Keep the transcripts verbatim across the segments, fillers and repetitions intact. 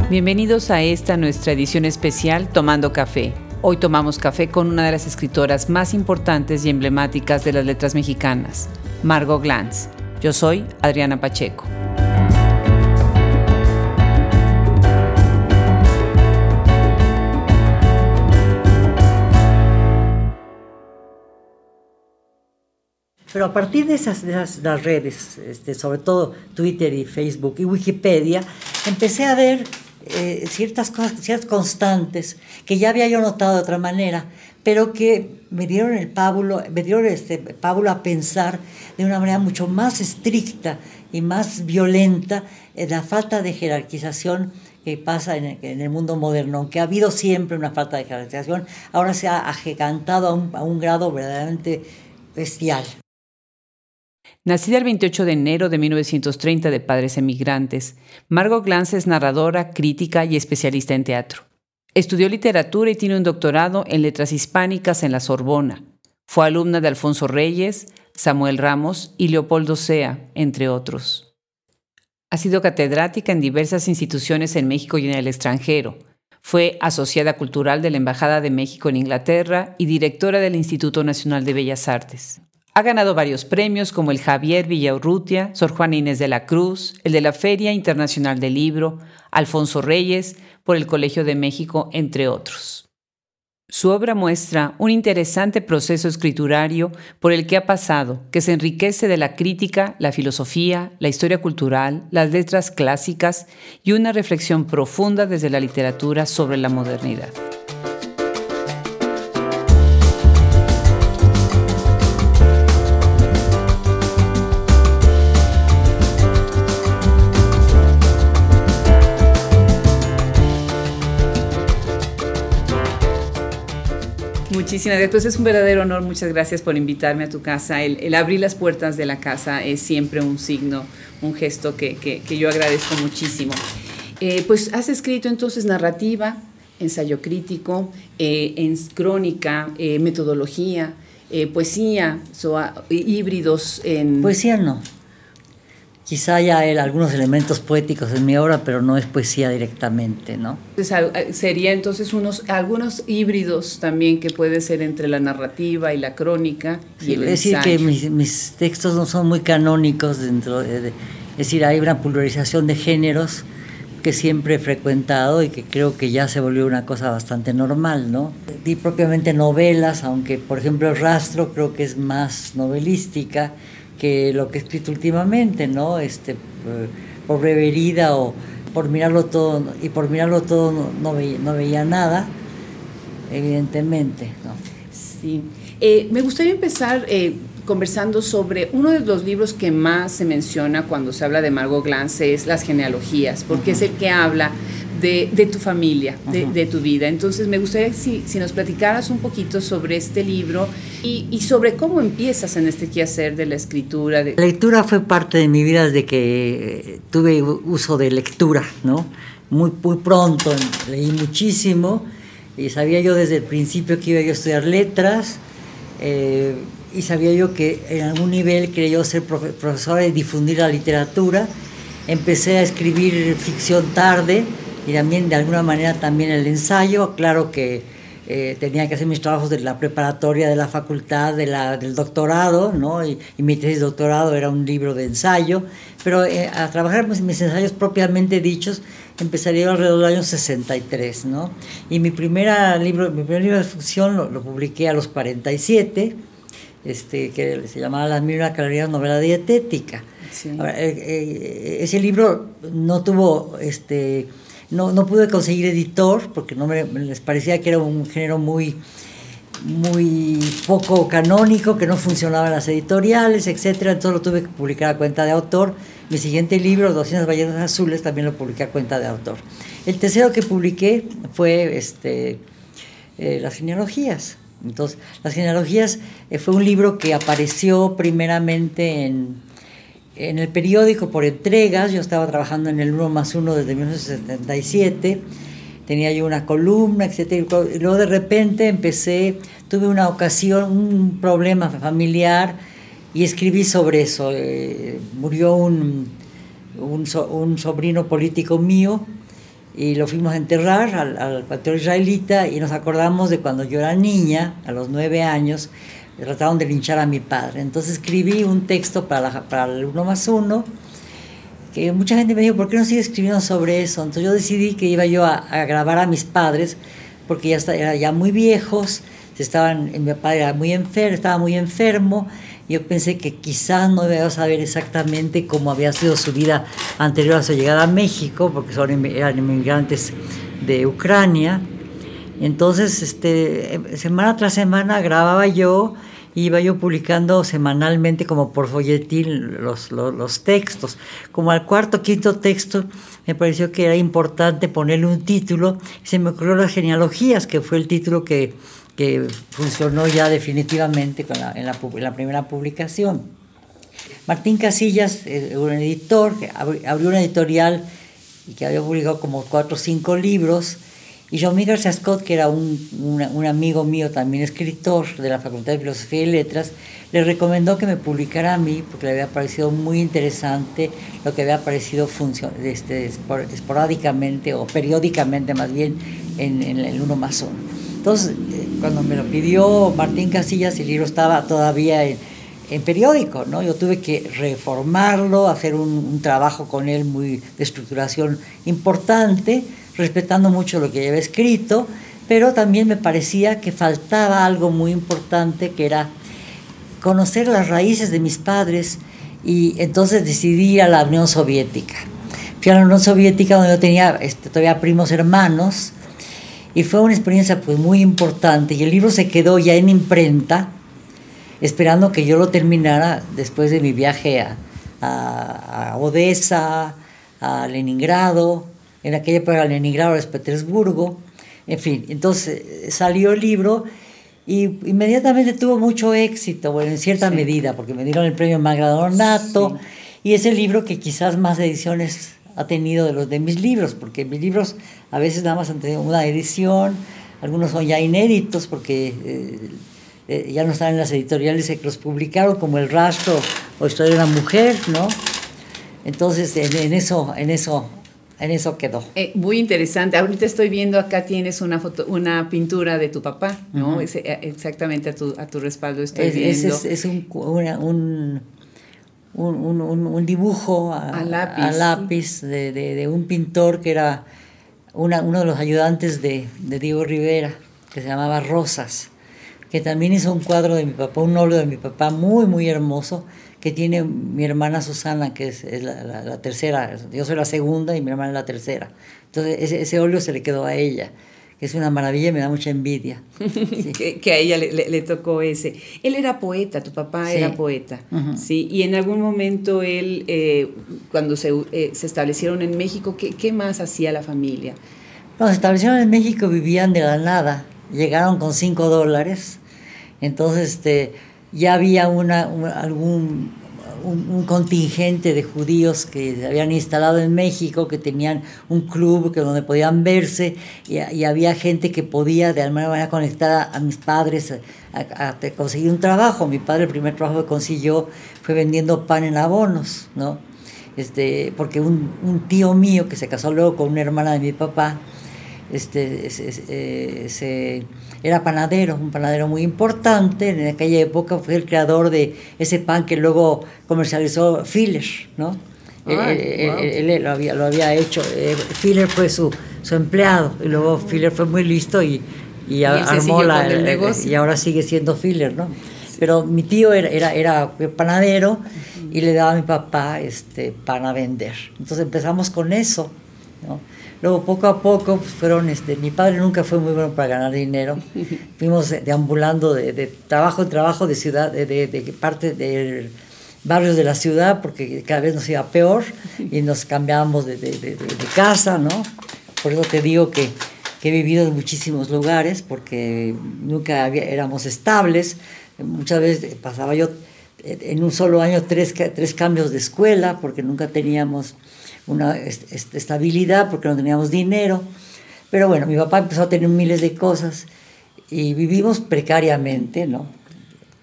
Bienvenidos a esta nuestra edición especial Tomando Café. Hoy tomamos café con una de las escritoras más importantes y emblemáticas de las letras mexicanas, Margot Glantz. Yo soy Adriana Pacheco. Pero a partir de esas, de esas las redes, este, sobre todo Twitter y Facebook y Wikipedia, empecé a ver eh, ciertas cosas, ciertas constantes que ya había yo notado de otra manera, pero que me dieron el pábulo, me dieron este pábulo a pensar de una manera mucho más estricta y más violenta en la falta de jerarquización que pasa en el, en el mundo moderno. Aunque ha habido siempre una falta de jerarquización, ahora se ha agigantado a un, a un grado verdaderamente bestial. Nacida el veintiocho de enero de mil novecientos treinta de padres emigrantes, Margot Glantz es narradora, crítica y especialista en teatro. Estudió literatura y tiene un doctorado en letras hispánicas en la Sorbona. Fue alumna de Alfonso Reyes, Samuel Ramos y Leopoldo Sea, entre otros. Ha sido catedrática en diversas instituciones en México y en el extranjero. Fue asociada cultural de la Embajada de México en Inglaterra y directora del Instituto Nacional de Bellas Artes. Ha ganado varios premios como el Javier Villaurrutia, Sor Juana Inés de la Cruz, el de la Feria Internacional del Libro, Alfonso Reyes, por el Colegio de México, entre otros. Su obra muestra un interesante proceso escriturario por el que ha pasado, que se enriquece de la crítica, la filosofía, la historia cultural, las letras clásicas y una reflexión profunda desde la literatura sobre la modernidad. Muchísimas gracias. Pues es un verdadero honor. Muchas gracias por invitarme a tu casa. El, el abrir las puertas de la casa es siempre un signo, un gesto que, que, que yo agradezco muchísimo. Eh, pues has escrito entonces narrativa, ensayo crítico, eh, en crónica, eh, metodología, eh, poesía, so, híbridos en... Poesía no. Quizá haya él algunos elementos poéticos en mi obra, pero no es poesía directamente, ¿no? Sería entonces unos algunos híbridos también que puede ser entre la narrativa y la crónica y sí, el es ensayo. decir, que mis, mis textos no son muy canónicos dentro de, de, es decir, hay una pluralización de géneros que siempre he frecuentado y que creo que ya se volvió una cosa bastante normal, ¿no? Di propiamente novelas, aunque por ejemplo Rastro creo que es más novelística que lo que he escrito últimamente, ¿no? Este, por brevedad o por mirarlo todo, y por mirarlo todo no, no, veía, no veía nada, evidentemente, ¿no? Sí. Eh, me gustaría empezar eh, conversando sobre uno de los libros que más se menciona cuando se habla de Margot Glantz, es Las genealogías, porque uh-huh. es el que habla de, de tu familia, de, uh-huh. de tu vida. Entonces me gustaría si, si nos platicaras un poquito sobre este libro y, y sobre cómo empiezas en este quehacer de la escritura. De... La lectura fue parte de mi vida desde que tuve uso de lectura, ¿no? Muy, muy pronto leí muchísimo y sabía yo desde el principio que iba yo a estudiar letras eh, y sabía yo que en algún nivel quería yo ser profe- profesora y difundir la literatura. Empecé a escribir ficción tarde y también de alguna manera también el ensayo. Claro que eh, tenía que hacer mis trabajos de la preparatoria, de la facultad, de la, del doctorado, ¿no? Y, y mi tesis de doctorado era un libro de ensayo, pero eh, a trabajar mis, mis ensayos propiamente dichos empezaría alrededor del año sesenta y tres, ¿no? Y mi, primera libro, mi primer libro de ficción lo, lo publiqué a los cuarenta y siete, este, que se llamaba Las mil y una calorías, novela dietética. Sí. Ahora, eh, eh, ese libro no tuvo... este No, no pude conseguir editor porque no me, me les parecía que era un género muy, muy poco canónico, que no funcionaba en las editoriales, etcétera. Entonces lo tuve que publicar a cuenta de autor. Mi siguiente libro, doscientas ballenas azules, también lo publiqué a cuenta de autor. El tercero que publiqué fue este, eh, Las genealogías. Entonces, Las genealogías eh, fue un libro que apareció primeramente en... en el periódico por entregas. Yo estaba trabajando en el uno más uno desde mil novecientos setenta y siete, tenía yo una columna, etcétera, y luego de repente empecé, tuve una ocasión, un problema familiar y escribí sobre eso. Eh, murió un, un, so, un sobrino político mío y lo fuimos a enterrar al, al panteón israelita, y nos acordamos de cuando yo era niña, a los nueve años, trataron de linchar a mi padre. Entonces escribí un texto para, la, para el uno más uno, que mucha gente me dijo, ¿por qué no sigue escribiendo sobre eso? Entonces yo decidí que iba yo a, a grabar a mis padres, porque ya está, eran ya muy viejos, estaban, mi papá era muy enfermo, estaba muy enfermo. Yo pensé que quizás no iba a saber exactamente cómo había sido su vida anterior a su llegada a México, porque son, eran inmigrantes de Ucrania. Entonces, este, semana tras semana grababa yo, iba yo publicando semanalmente como por folletín los, los, los textos. Como al cuarto o quinto texto me pareció que era importante ponerle un título, y se me ocurrió Las genealogías, que fue el título que, que funcionó ya definitivamente con la, en, la, en la primera publicación. Martín Casillas, eh, un editor, abrió una editorial y que había publicado como cuatro o cinco libros. Y Jean-Mi García Scott, que era un, un, un amigo mío, también escritor de la Facultad de Filosofía y Letras, le recomendó que me publicara a mí, porque le había parecido muy interesante lo que había aparecido funcion- este, esporádicamente o periódicamente más bien en, en el uno más uno. Entonces, cuando me lo pidió Martín Casillas, el libro estaba todavía en, en periódico, ¿no? Yo tuve que reformarlo, hacer un, un trabajo con él muy de estructuración importante, respetando mucho lo que yo había escrito, pero también me parecía que faltaba algo muy importante, que era conocer las raíces de mis padres, y entonces decidí ir a la Unión Soviética. Fui a la Unión Soviética, donde yo tenía este, todavía primos hermanos, y fue una experiencia pues muy importante, y el libro se quedó ya en imprenta, esperando que yo lo terminara después de mi viaje a, a, a Odessa, a Leningrado. En aquella época Leningrado es Petersburgo, en fin. Entonces salió el libro y inmediatamente tuvo mucho éxito, bueno, en cierta sí. medida, porque me dieron el premio Magnadonato, sí. y es el libro que quizás más ediciones ha tenido de los de mis libros, porque mis libros a veces nada más han tenido una edición, algunos son ya inéditos porque eh, eh, ya no están en las editoriales que los publicaron, como El Rastro o Historia de una Mujer, ¿no? Entonces en, en eso, en eso En eso quedó. Eh, muy interesante. Ahorita estoy viendo, acá tienes una foto, una pintura de tu papá, ¿no? Uh-huh. Es, exactamente a tu, a tu respaldo estoy es, viendo. Es, es un, una, un, un, un, un dibujo a, a lápiz, a lápiz sí. de, de, de un pintor que era una, uno de los ayudantes de, de Diego Rivera, que se llamaba Rosas, que también hizo un cuadro de mi papá, un óleo de mi papá muy, muy hermoso, que tiene mi hermana Susana, que es, es la, la, la tercera. Yo soy la segunda y mi hermana es la tercera. Entonces ese, ese óleo se le quedó a ella, que es una maravilla y me da mucha envidia. Sí. que, que a ella le, le, le tocó ese. Él era poeta, tu papá sí. era poeta, uh-huh. ¿sí? Y en algún momento él, eh, cuando se, eh, se establecieron en México, ¿qué, qué más hacía la familia? Cuando se establecieron en México vivían de la nada, llegaron con cinco dólares, entonces este, ya había una, una, algún... Un, un contingente de judíos que se habían instalado en México, que tenían un club que donde podían verse, y, y había gente que podía de alguna manera conectar a, a mis padres a, a, a conseguir un trabajo. Mi padre el primer trabajo que consiguió fue vendiendo pan en abonos, ¿no? Este, porque un, un tío mío que se casó luego con una hermana de mi papá, este, se, se, se, era panadero, un panadero muy importante. En aquella época fue el creador de ese pan que luego comercializó Filler, ¿no? Ay, él, wow. él, él lo, había, lo había hecho, eh, Filler fue su, su empleado, y luego Filler fue muy listo y, y, y armó la, el negocio. Y ahora sigue siendo Filler, ¿no? Sí. Pero mi tío era, era, era panadero, uh-huh. y le daba a mi papá este, pan a vender. Entonces empezamos con eso, ¿no? Luego poco a poco pues, fueron, este, mi padre nunca fue muy bueno para ganar dinero, fuimos deambulando de, de trabajo en trabajo, de ciudad, de, de, de parte de barrios de la ciudad, porque cada vez nos iba peor, y nos cambiábamos de, de, de, de casa, ¿no? Por eso te digo que, que he vivido en muchísimos lugares, porque nunca había, éramos estables. Muchas veces pasaba yo en un solo año tres, tres cambios de escuela, porque nunca teníamos una est- est- estabilidad, porque no teníamos dinero. Pero bueno, mi papá empezó a tener miles de cosas y vivimos precariamente, ¿no?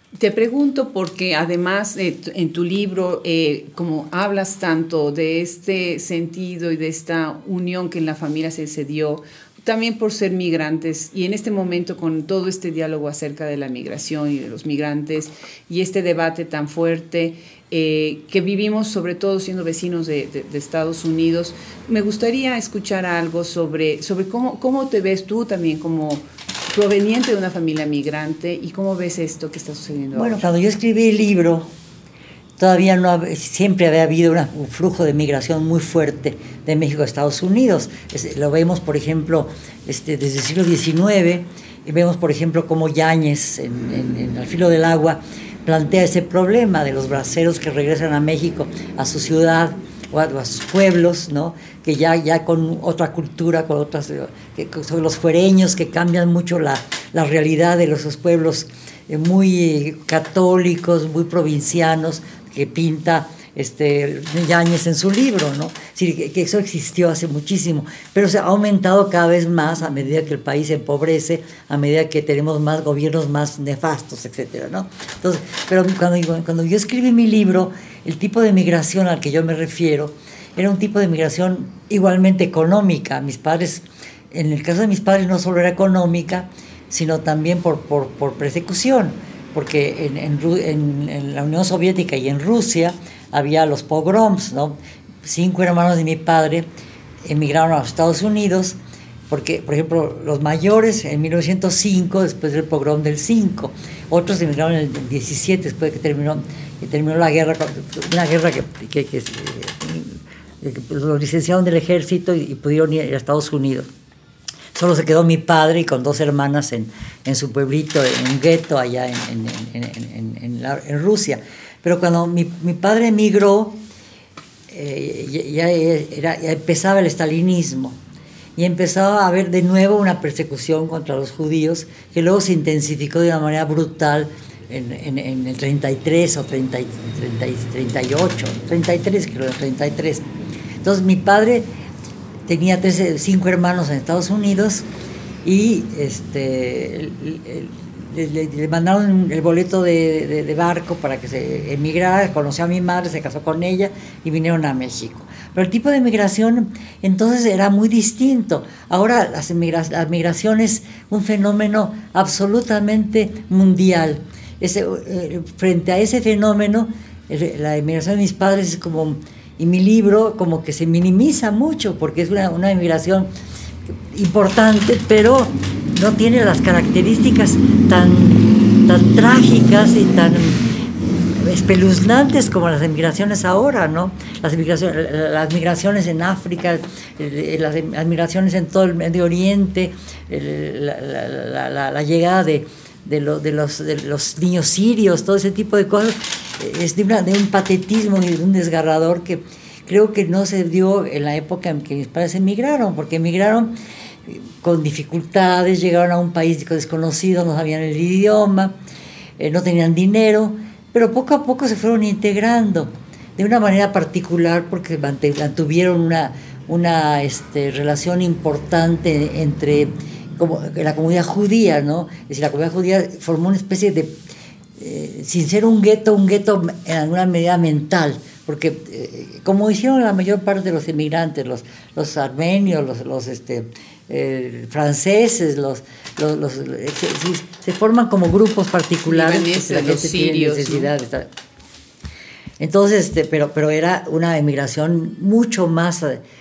Te pregunto porque además eh, en tu libro, eh, como hablas tanto de este sentido y de esta unión que en la familia se, se dio, también por ser migrantes, y en este momento con todo este diálogo acerca de la migración y de los migrantes y este debate tan fuerte eh, que vivimos, sobre todo siendo vecinos de, de, de Estados Unidos, me gustaría escuchar algo sobre, sobre cómo, cómo te ves tú también como proveniente de una familia migrante y cómo ves esto que está sucediendo bueno, ahora. Cuando yo escribí el libro, todavía no, siempre había habido una, un flujo de migración muy fuerte de México a Estados Unidos. Es, lo vemos, por ejemplo, este, desde el siglo diecinueve, y vemos, por ejemplo, cómo Yáñez, en, en, en Al filo del agua, plantea ese problema de los braceros que regresan a México, a su ciudad o a, o a sus pueblos, ¿no? Que ya, ya con otra cultura, con otras, que son los fuereños, que cambian mucho la, la realidad de los, esos pueblos eh, muy eh, católicos, muy provincianos, que pinta este, Yáñez en su libro, ¿no? Sí, que, que eso existió hace muchísimo, pero se ha aumentado cada vez más a medida que el país se empobrece, a medida que tenemos más gobiernos más nefastos, etcétera, ¿no? Entonces, pero cuando, cuando yo escribí mi libro, el tipo de migración al que yo me refiero era un tipo de migración igualmente económica. Mis padres, en el caso de mis padres, no solo era económica, sino también por, por, por persecución, porque en, en, en, en la Unión Soviética y en Rusia había los pogroms, ¿no? Cinco hermanos de mi padre emigraron a los Estados Unidos, porque, por ejemplo, los mayores en mil novecientos cinco, después del pogrom del cinco, otros emigraron en el diecisiete, después de que terminó, que terminó la guerra, una guerra que, que, que, que, que los licenciaron del ejército y, y pudieron ir a Estados Unidos. Solo se quedó mi padre y con dos hermanas en, en su pueblito, en un gueto allá en, en, en, en, en, la, en Rusia. Pero cuando mi, mi padre emigró, eh, ya, era, ya empezaba el estalinismo y empezaba a haber de nuevo una persecución contra los judíos que luego se intensificó de una manera brutal en, en, en el treinta y tres o treinta, treinta, treinta y ocho, treinta y tres creo, treinta y tres. Entonces mi padre tenía tres, cinco hermanos en Estados Unidos y este, le, le, le mandaron el boleto de, de, de barco para que se emigrara, conoció a mi madre, se casó con ella y vinieron a México. Pero el tipo de migración entonces era muy distinto. Ahora las migra- la migración es un fenómeno absolutamente mundial. Ese, eh, frente a ese fenómeno, la inmigración de mis padres es como... Y mi libro como que se minimiza mucho porque es una, una inmigración importante, pero no tiene las características tan, tan trágicas y tan espeluznantes como las migraciones ahora, ¿no? Las migraciones, las migraciones en África, las, las migraciones en todo el Medio Oriente, la, la, la, la, la llegada de, de, lo, de, los, de los niños sirios, todo ese tipo de cosas. Es de, una, de un patetismo y de un desgarrador que creo que no se dio en la época en que mis padres emigraron, porque emigraron con dificultades, llegaron a un país desconocido, no sabían el idioma, eh, no tenían dinero, pero poco a poco se fueron integrando de una manera particular porque mantuvieron una, una este, relación importante entre como, la comunidad judía, ¿no? Es decir, la comunidad judía formó una especie de Eh, sin ser un gueto, un gueto en alguna medida mental, porque eh, como hicieron la mayor parte de los inmigrantes, los, los armenios, los, los este, eh, franceses, los, los, los eh, se, se forman como grupos particulares, Libaneses, los sirios, necesidades, ¿no? Entonces, este, pero, pero era una emigración mucho más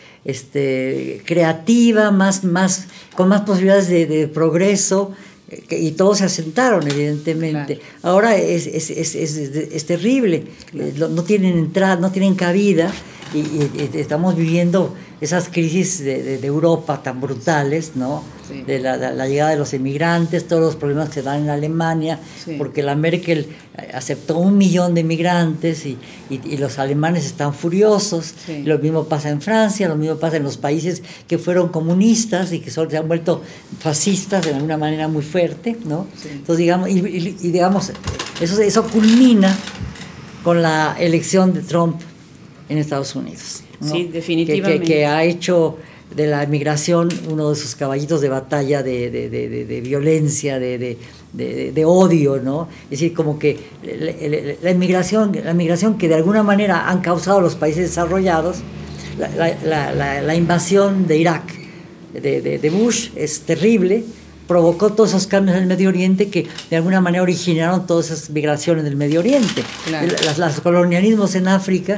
este, creativa, más, más, con más posibilidades de, de progreso. Y todos se asentaron, evidentemente. Claro. Ahora es, es, es, es, es terrible, claro. No tienen entrada, no tienen cabida, y, y, y estamos viviendo esas crisis de, de, de Europa tan brutales, ¿no? Sí. De la, la, la llegada de los emigrantes, todos los problemas que se dan en Alemania, sí. Porque la Merkel aceptó un millón de emigrantes y, y, y los alemanes están furiosos. Sí. Lo mismo pasa en Francia, lo mismo pasa en los países que fueron comunistas y que son, se han vuelto fascistas de alguna manera muy fuerte, ¿no? Sí. Entonces, digamos, y, y, y digamos, eso, eso culmina con la elección de Trump en Estados Unidos, ¿no? Sí, definitivamente. Que, que, que ha hecho de la emigración uno de sus caballitos de batalla de, de, de, de, de violencia, de, de, de, de odio, ¿no? Es decir, como que la, la, la, emigración, la migración que de alguna manera han causado los países desarrollados, la, la, la, la, la invasión de Irak de, de, de Bush es terrible, provocó todos esos cambios en el Medio Oriente que de alguna manera originaron todas esas migraciones del Medio Oriente. Claro. Las, los colonialismos en África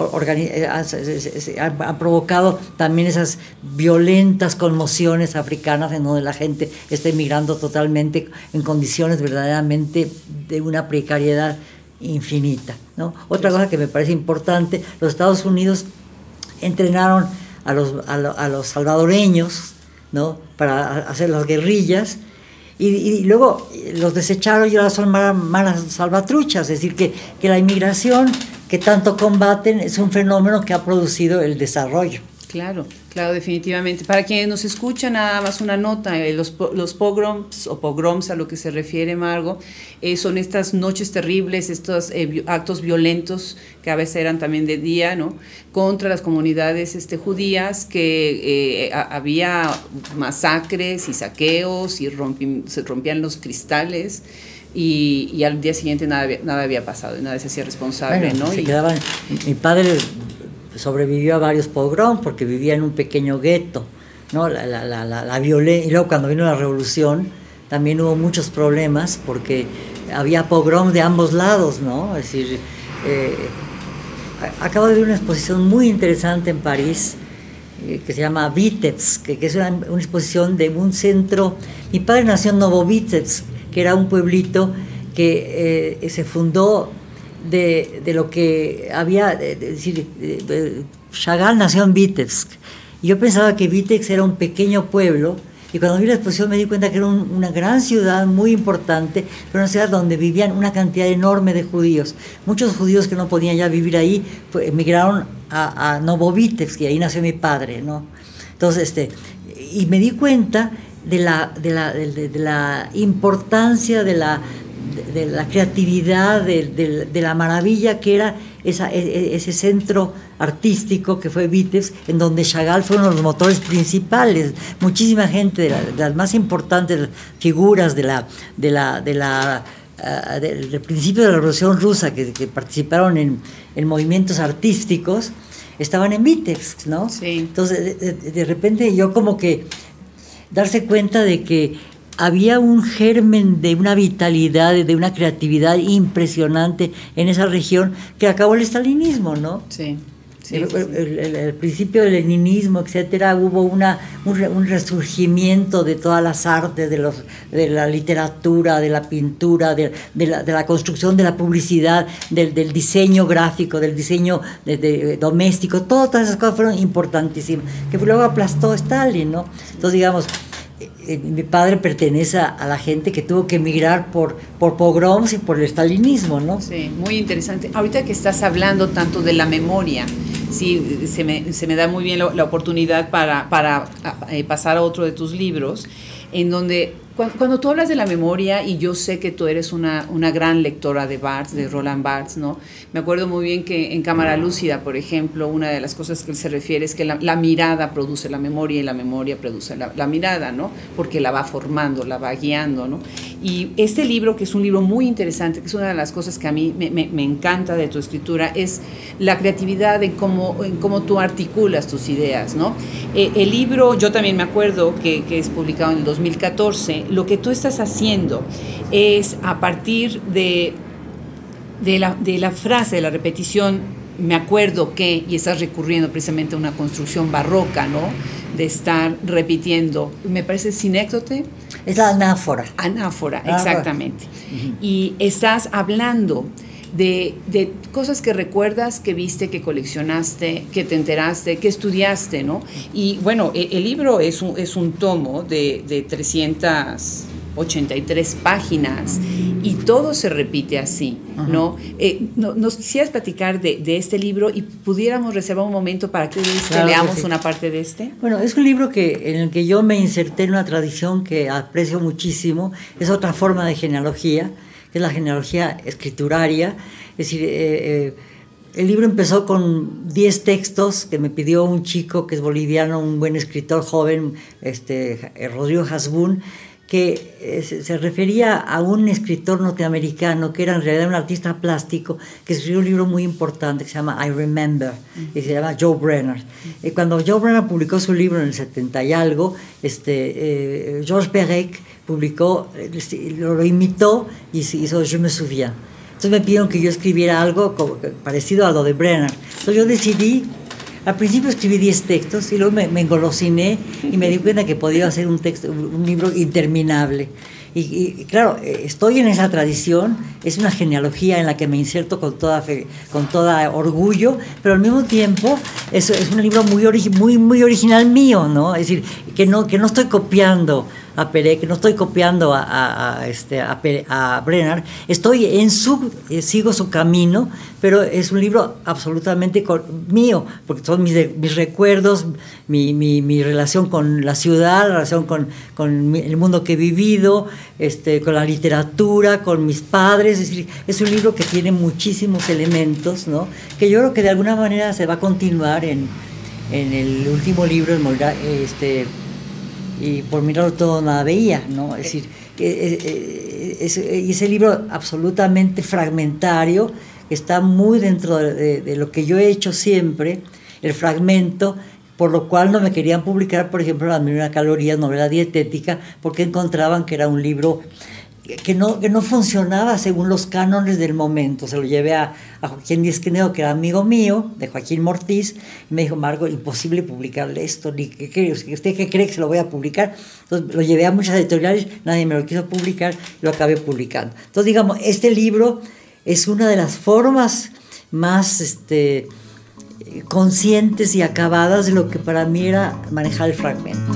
han, han provocado también esas violentas conmociones africanas en donde la gente está emigrando totalmente en condiciones verdaderamente de una precariedad infinita, ¿no? Otra cosa que me parece importante, los Estados Unidos entrenaron a los, a, lo, a los salvadoreños, ¿no? Para hacer las guerrillas y, y luego los desecharon y ahora son malas, malas salvatruchas, es decir, que, que la inmigración que tanto combaten es un fenómeno que ha producido el desarrollo. Claro, claro, definitivamente. Para quienes nos escuchan, nada más una nota, eh, los, los pogroms o pogroms a lo que se refiere Margo, eh, son estas noches terribles, estos eh, actos violentos que a veces eran también de día, ¿no? Contra las comunidades este, judías, que eh, a, había masacres y saqueos y rompi, se rompían los cristales. Y, y al día siguiente nada, nada había pasado y nadie se hacía responsable, bueno, ¿no? Se y, quedaban, mi padre sobrevivió a varios pogroms porque vivía en un pequeño gueto, ¿no? La, la, la, la, la violencia, y luego cuando vino la revolución también hubo muchos problemas porque había pogroms de ambos lados, ¿no? Es decir, eh, acabo de ver una exposición muy interesante en París eh, que se llama Vitebsk, que, que es una, una exposición de un centro. Mi padre nació en Novovitebsk, que era un pueblito que eh, se fundó de, de lo que había, es decir, Chagall nació en Vitebsk, y yo pensaba que Vitebsk era un pequeño pueblo, y cuando vi la exposición me di cuenta que era un, una gran ciudad muy importante, pero una ciudad donde vivían una cantidad enorme de judíos. Muchos judíos que no podían ya vivir ahí pues, emigraron a, a Novovitebsk, y ahí nació mi padre, ¿no? Entonces, este, y me di cuenta de la, de la, de, de la importancia de la, de, de la creatividad, de, de, de la maravilla que era esa, ese centro artístico que fue Vitebsk, en donde Chagall fue uno de los motores principales. Muchísima gente de, la, de las más importantes figuras de la, de la, de la uh, del, del principio de la Revolución Rusa que, que participaron en, en movimientos artísticos estaban en Vitebsk, ¿no? Sí. Entonces de, de, de repente yo como que darse cuenta de que había un germen de una vitalidad, de una creatividad impresionante en esa región que acabó el estalinismo, ¿no? Sí. Sí, el, sí, sí. El, el, el principio del leninismo, etcétera, hubo una, un, un resurgimiento de todas las artes, de, los, de la literatura, de la pintura, de, de, la, de la construcción, de la publicidad, del, del diseño gráfico, del diseño de, de, doméstico, todas esas cosas fueron importantísimas, que luego aplastó Stalin, ¿no? Entonces, digamos, eh, mi padre pertenece a la gente que tuvo que emigrar por, por pogroms y por el stalinismo, ¿no? Sí, muy interesante. Ahorita que estás hablando tanto de la memoria, sí, se me, se me da muy bien la, la oportunidad para, para eh, pasar a otro de tus libros, en donde cuando, cuando tú hablas de la memoria, y yo sé que tú eres una, una gran lectora de Barthes, de Roland Barthes, ¿no? Me acuerdo muy bien que en Cámara Lúcida, por ejemplo, una de las cosas que él se refiere es que la, la mirada produce la memoria y la memoria produce la, la mirada, ¿no? Porque la va formando, la va guiando, ¿no? Y este libro, que es un libro muy interesante, que es una de las cosas que a mí me, me, me encanta de tu escritura, es la creatividad en cómo, en cómo tú articulas tus ideas, ¿no? Eh, el libro, yo también me acuerdo que, que es publicado en el dos mil catorce, lo que tú estás haciendo es a partir de, de, la, de la frase, de la repetición, me acuerdo que, y estás recurriendo precisamente a una construcción barroca, ¿no? De estar repitiendo, me parece sinécdote. Es la anáfora. Anáfora, exactamente. Uh-huh. Y estás hablando de, de cosas que recuerdas, que viste, que coleccionaste, que te enteraste, que estudiaste, ¿no? Y bueno, el, el libro es un, es un tomo de, de trescientas ochenta y tres páginas y todo se repite así, uh-huh. ¿no? Eh, no nos quisieras platicar de, de este libro y pudiéramos reservar un momento para que este, claro leamos que sí. Una parte de este. Bueno, es un libro que, en el que yo me inserté en una tradición que aprecio muchísimo, es otra forma de genealogía, que es la genealogía escrituraria, es decir, eh, eh, el libro empezó con diez textos que me pidió un chico que es boliviano, un buen escritor joven, este, Rodrigo Hasbún, que eh, se refería a un escritor norteamericano que era en realidad un artista plástico que escribió un libro muy importante que se llama I Remember, y se llama Joe Brenner. Y cuando Joe Brenner publicó su libro en el setenta y algo, este, eh, Georges Perec publicó, lo, lo imitó y hizo Je me souviens. Entonces me pidieron que yo escribiera algo parecido a lo de Brenner. Entonces yo decidí, al principio escribí diez textos y luego me, me engolosiné y me di cuenta que podía hacer un texto, un libro interminable. Y, y, y claro, estoy en esa tradición, es una genealogía en la que me inserto con toda fe, con toda orgullo, pero al mismo tiempo es, es un libro muy, ori- muy, muy original mío, ¿no? Es decir, que no, que no estoy copiando a Perec, que no estoy copiando a, a, a, este, a, Pere, a Brenner, estoy en su, eh, sigo su camino, pero es un libro absolutamente con, mío, porque son mis, mis recuerdos, mi, mi, mi relación con la ciudad, la relación con, con mi, el mundo que he vivido, este, con la literatura, con mis padres. Es decir, es un libro que tiene muchísimos elementos, ¿no? Que yo creo que de alguna manera se va a continuar en, en el último libro, el Moira, este, y por mirarlo todo nada veía, ¿no? Es decir, es, es, es ese libro absolutamente fragmentario está muy dentro de, de lo que yo he hecho siempre, el fragmento, por lo cual no me querían publicar, por ejemplo, La Mil y Una Calorías, novela dietética, porque encontraban que era un libro que no, que no funcionaba según los cánones del momento. Se lo llevé a, a Joaquín Díez-Canedo, que era amigo mío, de Joaquín Mortiz, y me dijo: Margot, imposible publicarle esto, ni que, que, ¿usted qué cree que se lo voy a publicar? Entonces lo llevé a muchas editoriales, nadie me lo quiso publicar, y lo acabé publicando. Entonces, digamos, este libro es una de las formas más este, conscientes y acabadas de lo que para mí era manejar el fragmento.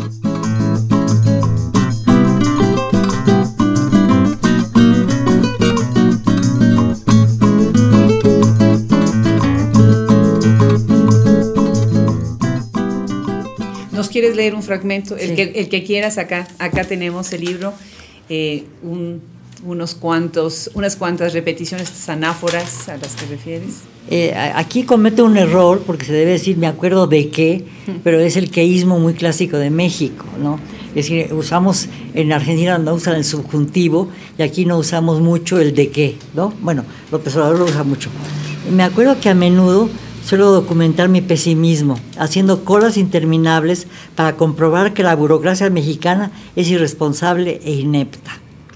¿Nos quieres leer un fragmento? El, sí. que, el que quieras, acá, acá tenemos el libro, eh, un, unos cuantos, unas cuantas repeticiones, anáforas a las que refieres. Eh, aquí comete un error, porque se debe decir me acuerdo de qué, pero es el queísmo muy clásico de México, ¿no? Es decir, usamos, en Argentina no usan el subjuntivo y aquí no usamos mucho el de qué, ¿no? Bueno, López Obrador lo usa mucho. Me acuerdo que a menudo suelo documentar mi pesimismo, haciendo colas interminables para comprobar que la burocracia mexicana es irresponsable e inepta.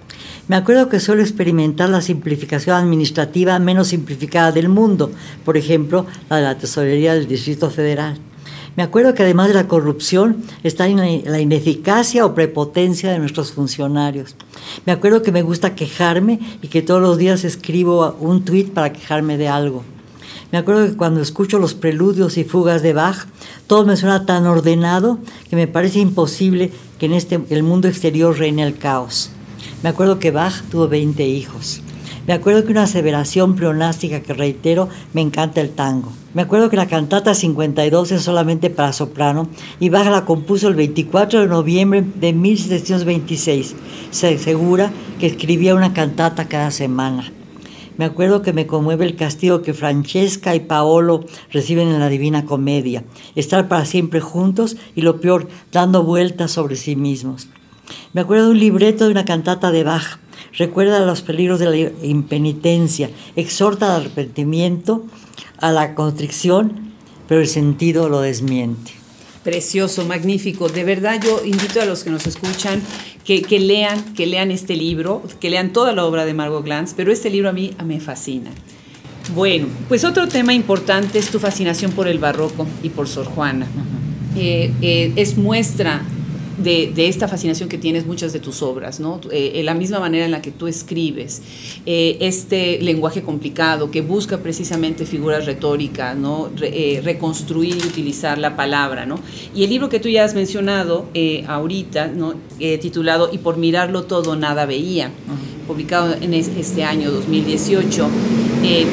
Me acuerdo que suelo experimentar la simplificación administrativa menos simplificada del mundo, por ejemplo, la de la Tesorería del Distrito Federal. Me acuerdo que además de la corrupción está la ineficacia o prepotencia de nuestros funcionarios. Me acuerdo que me gusta quejarme y que todos los días escribo un tuit para quejarme de algo. Me acuerdo que cuando escucho los preludios y fugas de Bach, todo me suena tan ordenado que me parece imposible que en este, el mundo exterior reine el caos. Me acuerdo que Bach tuvo veinte hijos. Me acuerdo que una aseveración pleonástica que reitero: me encanta el tango. Me acuerdo que la cantata cincuenta y dos es solamente para soprano y Bach la compuso el veinticuatro de noviembre de mil setecientos veintiséis. Se asegura que escribía una cantata cada semana. Me acuerdo que me conmueve el castigo que Francesca y Paolo reciben en la Divina Comedia: estar para siempre juntos y, lo peor, dando vueltas sobre sí mismos. Me acuerdo de un libreto de una cantata de Bach: recuerda los peligros de la impenitencia, exhorta al arrepentimiento, a la contrición, pero el sentido lo desmiente. Precioso, magnífico. De verdad, yo invito a los que nos escuchan que, que lean, que lean este libro, que lean toda la obra de Margot Glantz, pero este libro a mí me fascina. Bueno, pues otro tema importante es tu fascinación por el barroco y por Sor Juana. Uh-huh. Eh, eh, es muestra de, de esta fascinación que tienes muchas de tus obras, ¿no? Eh, la misma manera en la que tú escribes, eh, este lenguaje complicado que busca precisamente figuras retóricas, ¿no? Re, eh, reconstruir y utilizar la palabra, ¿no? Y el libro que tú ya has mencionado eh, ahorita, ¿no? Eh, titulado Y por mirarlo todo nada veía, uh-huh. publicado en es, este año dos mil dieciocho, eh,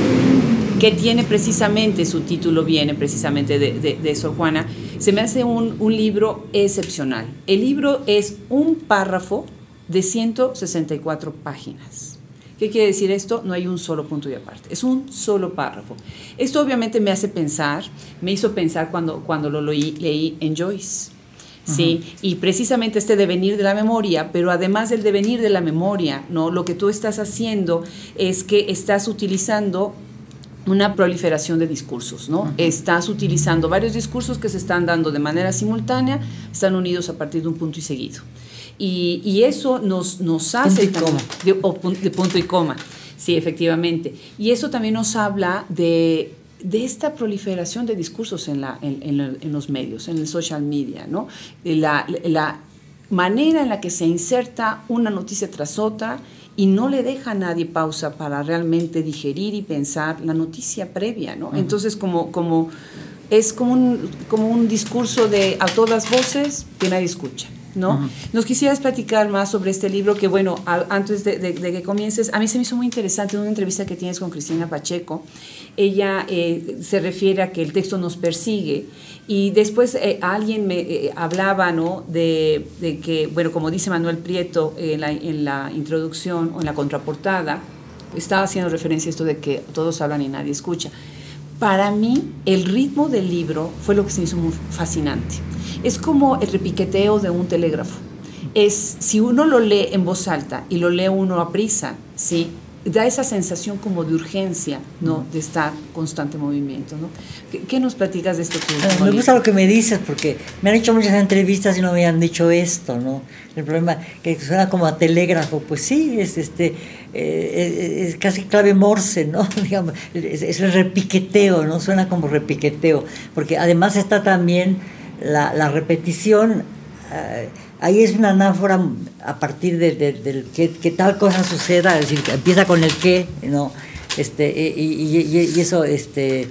que tiene precisamente, su título viene precisamente de, de, de Sor Juana. Se me hace un, un libro excepcional. El libro es un párrafo de ciento sesenta y cuatro páginas. ¿Qué quiere decir esto? No hay un solo punto y aparte, es un solo párrafo. Esto obviamente me hace pensar, me hizo pensar cuando, cuando lo leí, leí en Joyce. Sí, uh-huh. Y precisamente este devenir de la memoria, pero además del devenir de la memoria, ¿no? Lo que tú estás haciendo es que estás utilizando una proliferación de discursos, ¿no? Uh-huh. Estás utilizando varios discursos que se están dando de manera simultánea, están unidos a partir de un punto y seguido. Y, y eso nos, nos hace... Punto y coma. De, o, de punto y coma, sí, efectivamente. Y eso también nos habla de, de esta proliferación de discursos en, la, en, en, en los medios, en el social media, ¿no? La, la manera en la que se inserta una noticia tras otra y no le deja a nadie pausa para realmente digerir y pensar la noticia previa, ¿no? Uh-huh. Entonces, como... como es como un, como un discurso de a todas voces que nadie escucha, ¿no? Uh-huh. Nos quisieras platicar más sobre este libro que, bueno, a, antes de, de, de que comiences, a mí se me hizo muy interesante en una entrevista que tienes con Cristina Pacheco. Ella eh, se refiere a que el texto nos persigue y después eh, alguien me eh, hablaba, ¿no? de, de que, bueno, como dice Manuel Prieto eh, en, la, en la introducción o en la contraportada, estaba haciendo referencia a esto de que todos hablan y nadie escucha. Para mí, el ritmo del libro fue lo que se me hizo muy fascinante. Es como el repiqueteo de un telégrafo. Es, si uno lo lee en voz alta y lo lee uno a prisa, ¿sí? Da esa sensación como de urgencia, ¿no? De estar constante movimiento, ¿no? ¿Qué, qué nos platicas de este libro? Me gusta lo que me dices, porque me han hecho muchas entrevistas y no me han dicho esto, ¿no? El problema que suena como a telégrafo, pues sí, es este eh, es, es casi clave Morse, ¿no? Digamos, es, es el repiqueteo, ¿no? Suena como repiqueteo, porque además está también la, la repetición. Uh, Ahí es una anáfora a partir de, de, de que, que tal cosa suceda, es decir, empieza con el qué, ¿no? Este, y, y, y eso, este,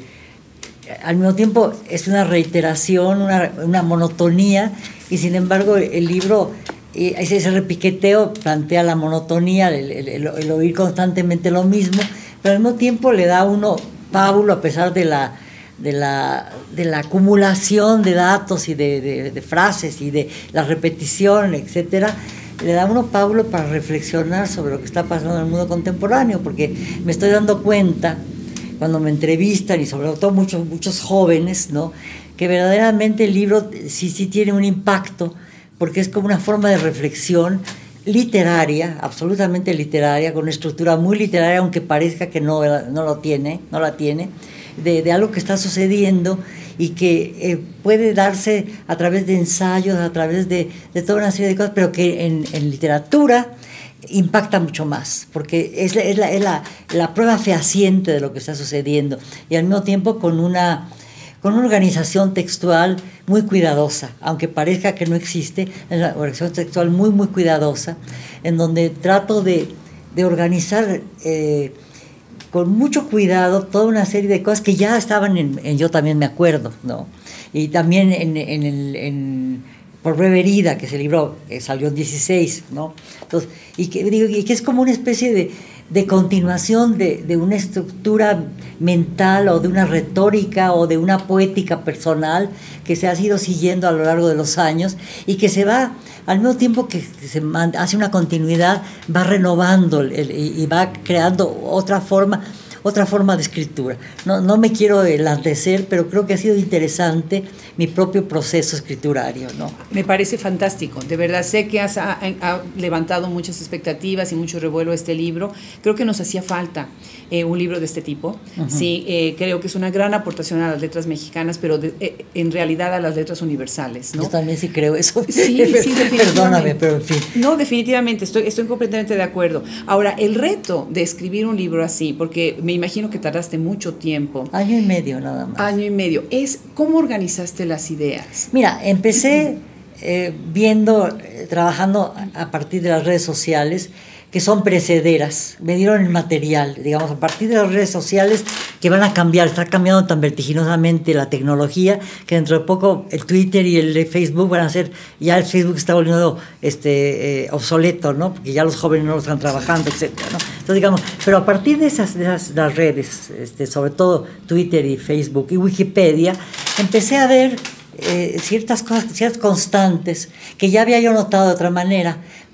al mismo tiempo es una reiteración, una, una monotonía, y sin embargo el libro, ese, ese repiqueteo plantea la monotonía, el, el, el, el oír constantemente lo mismo, pero al mismo tiempo le da a uno pábulo a pesar de la... De la, de la acumulación de datos y de, de, de frases y de la repetición, etcétera, le da a uno pábulo para reflexionar sobre lo que está pasando en el mundo contemporáneo, porque me estoy dando cuenta, cuando me entrevistan, y sobre todo muchos, muchos jóvenes, ¿no?, que verdaderamente el libro sí, sí tiene un impacto, porque es como una forma de reflexión literaria, absolutamente literaria, con una estructura muy literaria, aunque parezca que no, no lo tiene, no la tiene, De, de algo que está sucediendo y que eh, puede darse a través de ensayos, a través de, de toda una serie de cosas, pero que en, en literatura impacta mucho más, porque es, la, es, la, es la, la prueba fehaciente de lo que está sucediendo, y al mismo tiempo con una, con una organización textual muy cuidadosa, aunque parezca que no existe, es una organización textual muy, muy cuidadosa, en donde trato de, de organizar... Eh, con mucho cuidado toda una serie de cosas que ya estaban en, en Yo también me acuerdo, ¿no? Y también en, en, en, en Por breve herida, que se libró, que salió en dieciséis, ¿no? Entonces, y, que, digo, y que es como una especie de, de continuación de, de una estructura mental o de una retórica o de una poética personal que se ha ido siguiendo a lo largo de los años y que se va, al mismo tiempo que se hace una continuidad, va renovando el, el, y va creando otra forma, otra forma de escritura. No, no me quiero enaltecer, pero creo que ha sido interesante mi propio proceso escriturario, ¿no? Me parece fantástico, de verdad sé que has ha, ha levantado muchas expectativas y mucho revuelo este libro. Creo que nos hacía falta eh, un libro de este tipo. Uh-huh. Sí, eh, creo que es una gran aportación a las letras mexicanas, pero de, eh, en realidad a las letras universales, ¿no? Yo también sí creo eso. Sí, sí, definitivamente. Perdóname, pero en fin. No, definitivamente, estoy, estoy completamente de acuerdo. Ahora, el reto de escribir un libro así, porque me imagino que tardaste mucho tiempo. Año y medio nada más. Año y medio. Es, ¿cómo organizaste las ideas? Mira, empecé eh, viendo, eh, trabajando a partir de las redes sociales, que son precederas, me dieron el material, digamos, a partir de las redes sociales que van a cambiar, está cambiando tan vertiginosamente la tecnología, que dentro de poco el Twitter y el Facebook van a ser, ya el Facebook está volviendo este, eh, obsoleto, ¿no? Porque ya los jóvenes no lo están trabajando, etcétera, ¿no? Entonces, digamos, pero a partir de esas, de esas las redes, este, sobre todo Twitter y Facebook y Wikipedia, empecé a ver Eh, ciertas cosas, ciertas constantes que ya había yo notado de otra manera,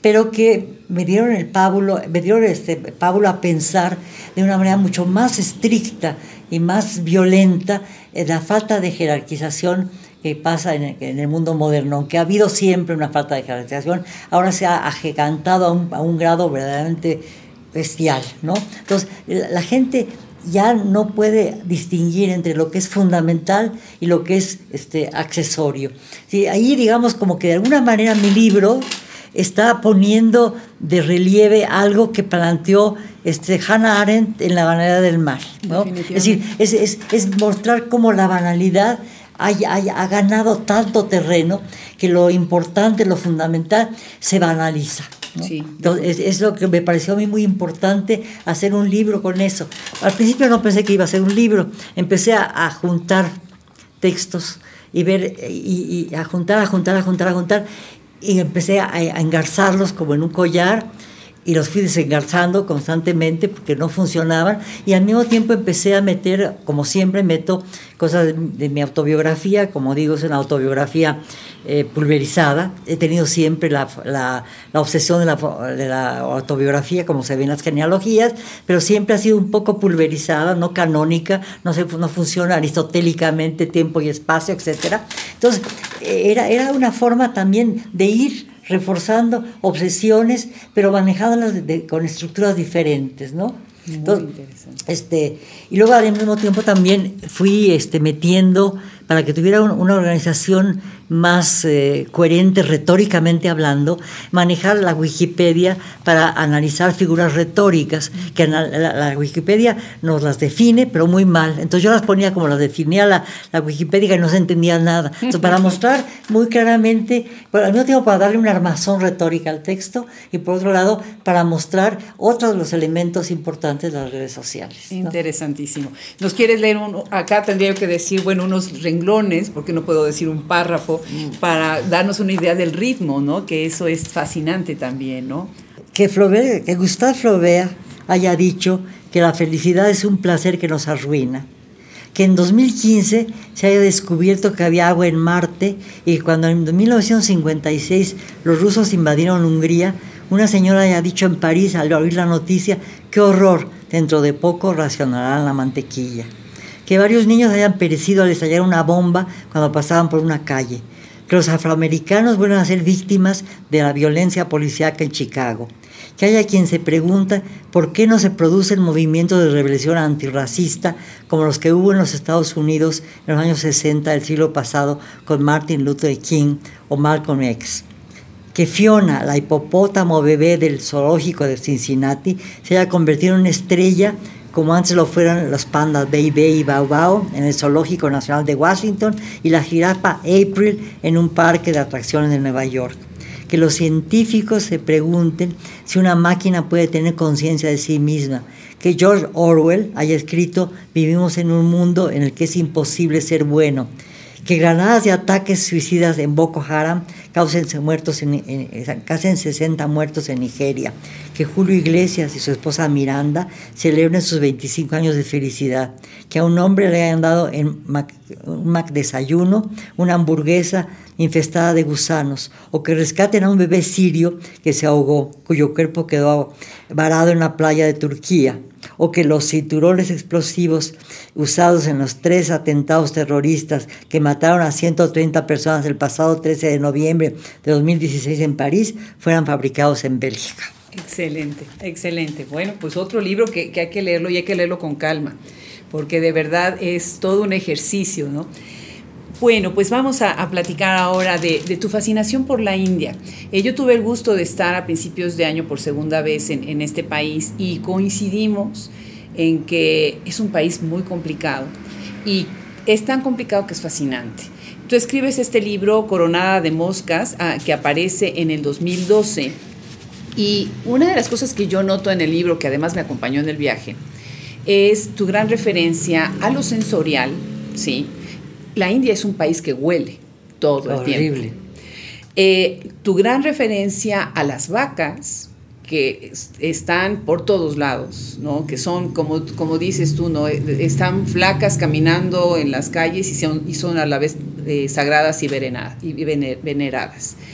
pero que me dieron el pábulo, me dieron este pábulo a pensar de una manera mucho más estricta y más violenta en la falta de jerarquización que pasa en el, en el mundo moderno, aunque ha habido siempre una falta de jerarquización, ahora se ha agigantado a un, a un grado verdaderamente bestial, ¿no? Entonces, la, la gente ya no puede distinguir entre lo que es fundamental y lo que es este, accesorio. Sí, ahí, digamos, como que de alguna manera mi libro está poniendo de relieve algo que planteó este, Hannah Arendt en La banalidad del mal, ¿no? Es decir, es, es, es mostrar cómo la banalidad ha, ha, ha ganado tanto terreno que lo importante, lo fundamental, se banaliza, ¿no? Sí. Entonces, es, es lo que me pareció a mí muy importante, hacer un libro con eso. Al principio no pensé que iba a ser un libro, empecé a, a juntar textos y ver, y, y a juntar, a juntar, a juntar, a juntar, y empecé a, a engarzarlos como en un collar, y los fui desengarzando constantemente porque no funcionaban, y al mismo tiempo empecé a meter, como siempre meto cosas de, de mi autobiografía. Como digo, es una autobiografía eh, pulverizada. He tenido siempre la, la, la obsesión de la, de la autobiografía, como se ve en las genealogías, pero siempre ha sido un poco pulverizada, no canónica, no, se, no funciona aristotélicamente, tiempo y espacio, etcétera. Entonces, era, era una forma también de ir reforzando obsesiones, pero manejándolas de, de, con estructuras diferentes, ¿no? Muy Entonces, interesante. Este, y luego al mismo tiempo también fui este, metiendo, para que tuviera un, una organización más eh, coherente retóricamente hablando, manejar la Wikipedia para analizar figuras retóricas, que la, la, la Wikipedia nos las define, pero muy mal. Entonces yo las ponía como las definía la, la Wikipedia, y no se entendía nada. Entonces, para mostrar muy claramente, pero al mismo tiempo para darle una armazón retórica al texto, y por otro lado para mostrar otros de los elementos importantes de las redes sociales, ¿no? Interesantísimo. ¿Nos quieres leer un, acá tendría que decir, bueno, unos renglones, porque no puedo decir un párrafo, para darnos una idea del ritmo, ¿no? Que eso es fascinante también, ¿no? Que Flaubert, que Gustave Flaubert haya dicho que la felicidad es un placer que nos arruina, que en dos mil quince se haya descubierto que había agua en Marte, y cuando en mil novecientos cincuenta y seis los rusos invadieron Hungría, una señora haya dicho en París al oír la noticia: ¡qué horror! Dentro de poco racionarán la mantequilla. Que varios niños hayan perecido al estallar una bomba cuando pasaban por una calle. Que los afroamericanos vuelvan a ser víctimas de la violencia policíaca en Chicago. Que haya quien se pregunta por qué no se producen movimientos de rebelión antirracista como los que hubo en los Estados Unidos en los años sesenta del siglo pasado con Martin Luther King o Malcolm X. Que Fiona, la hipopótamo bebé del zoológico de Cincinnati, se haya convertido en una estrella como antes lo fueron los pandas Bei Bei y Bao Bao en el Zoológico Nacional de Washington, y la jirafa April en un parque de atracciones de Nueva York. Que los científicos se pregunten si una máquina puede tener conciencia de sí misma. Que George Orwell haya escrito: vivimos en un mundo en el que es imposible ser bueno. Que granadas de ataques suicidas en Boko Haram causen, muertos en, en, causen sesenta muertos en Nigeria. Que Julio Iglesias y su esposa Miranda celebren sus veinticinco años de felicidad. Que a un hombre le hayan dado en Mac, un Mac desayuno una hamburguesa infestada de gusanos. O que rescaten a un bebé sirio que se ahogó, cuyo cuerpo quedó varado en la playa de Turquía. O que los cinturones explosivos usados en los tres atentados terroristas que mataron a ciento treinta personas el pasado trece de noviembre de dos mil dieciséis en París fueran fabricados en Bélgica. Excelente, excelente. Bueno, pues otro libro que, que hay que leerlo, y hay que leerlo con calma, porque de verdad es todo un ejercicio, ¿no? Bueno, pues vamos a, a platicar ahora de, de tu fascinación por la India. Eh, yo tuve el gusto de estar a principios de año por segunda vez en, en este país, y coincidimos en que es un país muy complicado, y es tan complicado que es fascinante. Tú escribes este libro, Coronada de Moscas, ah, que aparece en el dos mil doce, y una de las cosas que yo noto en el libro, que además me acompañó en el viaje, es tu gran referencia a lo sensorial, ¿sí? La India es un país que huele todo el tiempo. Horrible. Eh, tu gran referencia a las vacas, que están por todos lados, ¿no? Que son, como, como dices tú, ¿no? Están flacas caminando en las calles y son, y son a la vez eh, sagradas y, venerada, y veneradas.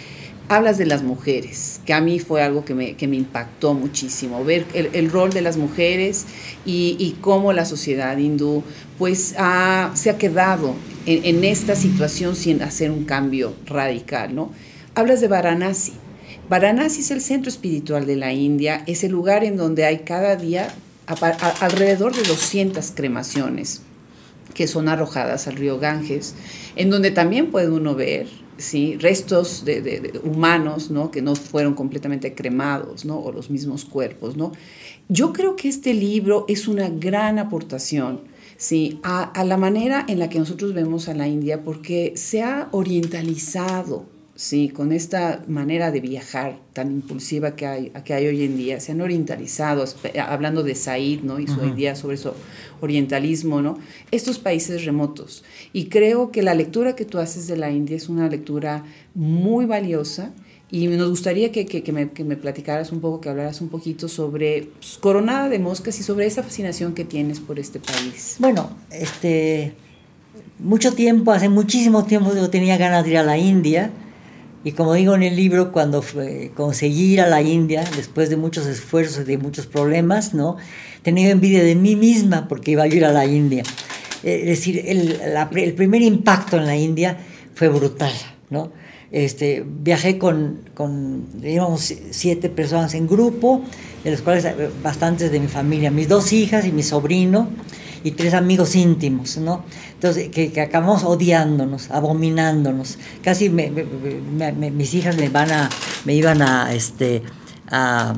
hablas de las mujeres, que a mí fue algo que me, que me impactó muchísimo, ver el, el rol de las mujeres y, y cómo la sociedad hindú pues ha, se ha quedado en, en esta situación sin hacer un cambio radical, ¿no? Hablas de Varanasi. Varanasi es el centro espiritual de la India, es el lugar en donde hay cada día a, a, alrededor de doscientas cremaciones que son arrojadas al río Ganges, en donde también puede uno ver, ¿sí?, restos de, de, de humanos, ¿no?, que no fueron completamente cremados, ¿no?, o los mismos cuerpos, ¿no? Yo creo que este libro es una gran aportación, ¿sí?, a, a la manera en la que nosotros vemos a la India, porque se ha orientalizado, sí, con esta manera de viajar tan impulsiva que hay, que hay hoy en día. Se han orientalizado, hablando de Said, ¿no?, y su uh-huh. idea sobre su orientalismo, ¿no?, estos países remotos. Y creo que la lectura que tú haces de la India es una lectura muy valiosa, y nos gustaría que, que, que, me, que me platicaras un poco, que hablaras un poquito sobre pues, Coronada de Moscas y sobre esa fascinación que tienes por este país. Bueno, este, mucho tiempo, hace muchísimo tiempo yo tenía ganas de ir a la India. Y como digo en el libro, cuando fue, conseguí ir a la India, después de muchos esfuerzos y de muchos problemas, ¿no?, tenía envidia de mí misma porque iba a ir a la India. Es decir, el, la, el primer impacto en la India fue brutal, ¿no? Este, viajé con, con, íbamos siete personas en grupo, de los cuales bastantes de mi familia, mis dos hijas y mi sobrino, y tres amigos íntimos, ¿no? Entonces, que, que acabamos odiándonos, abominándonos. Casi me, me, me, me, mis hijas me van a, me iban a, este, a,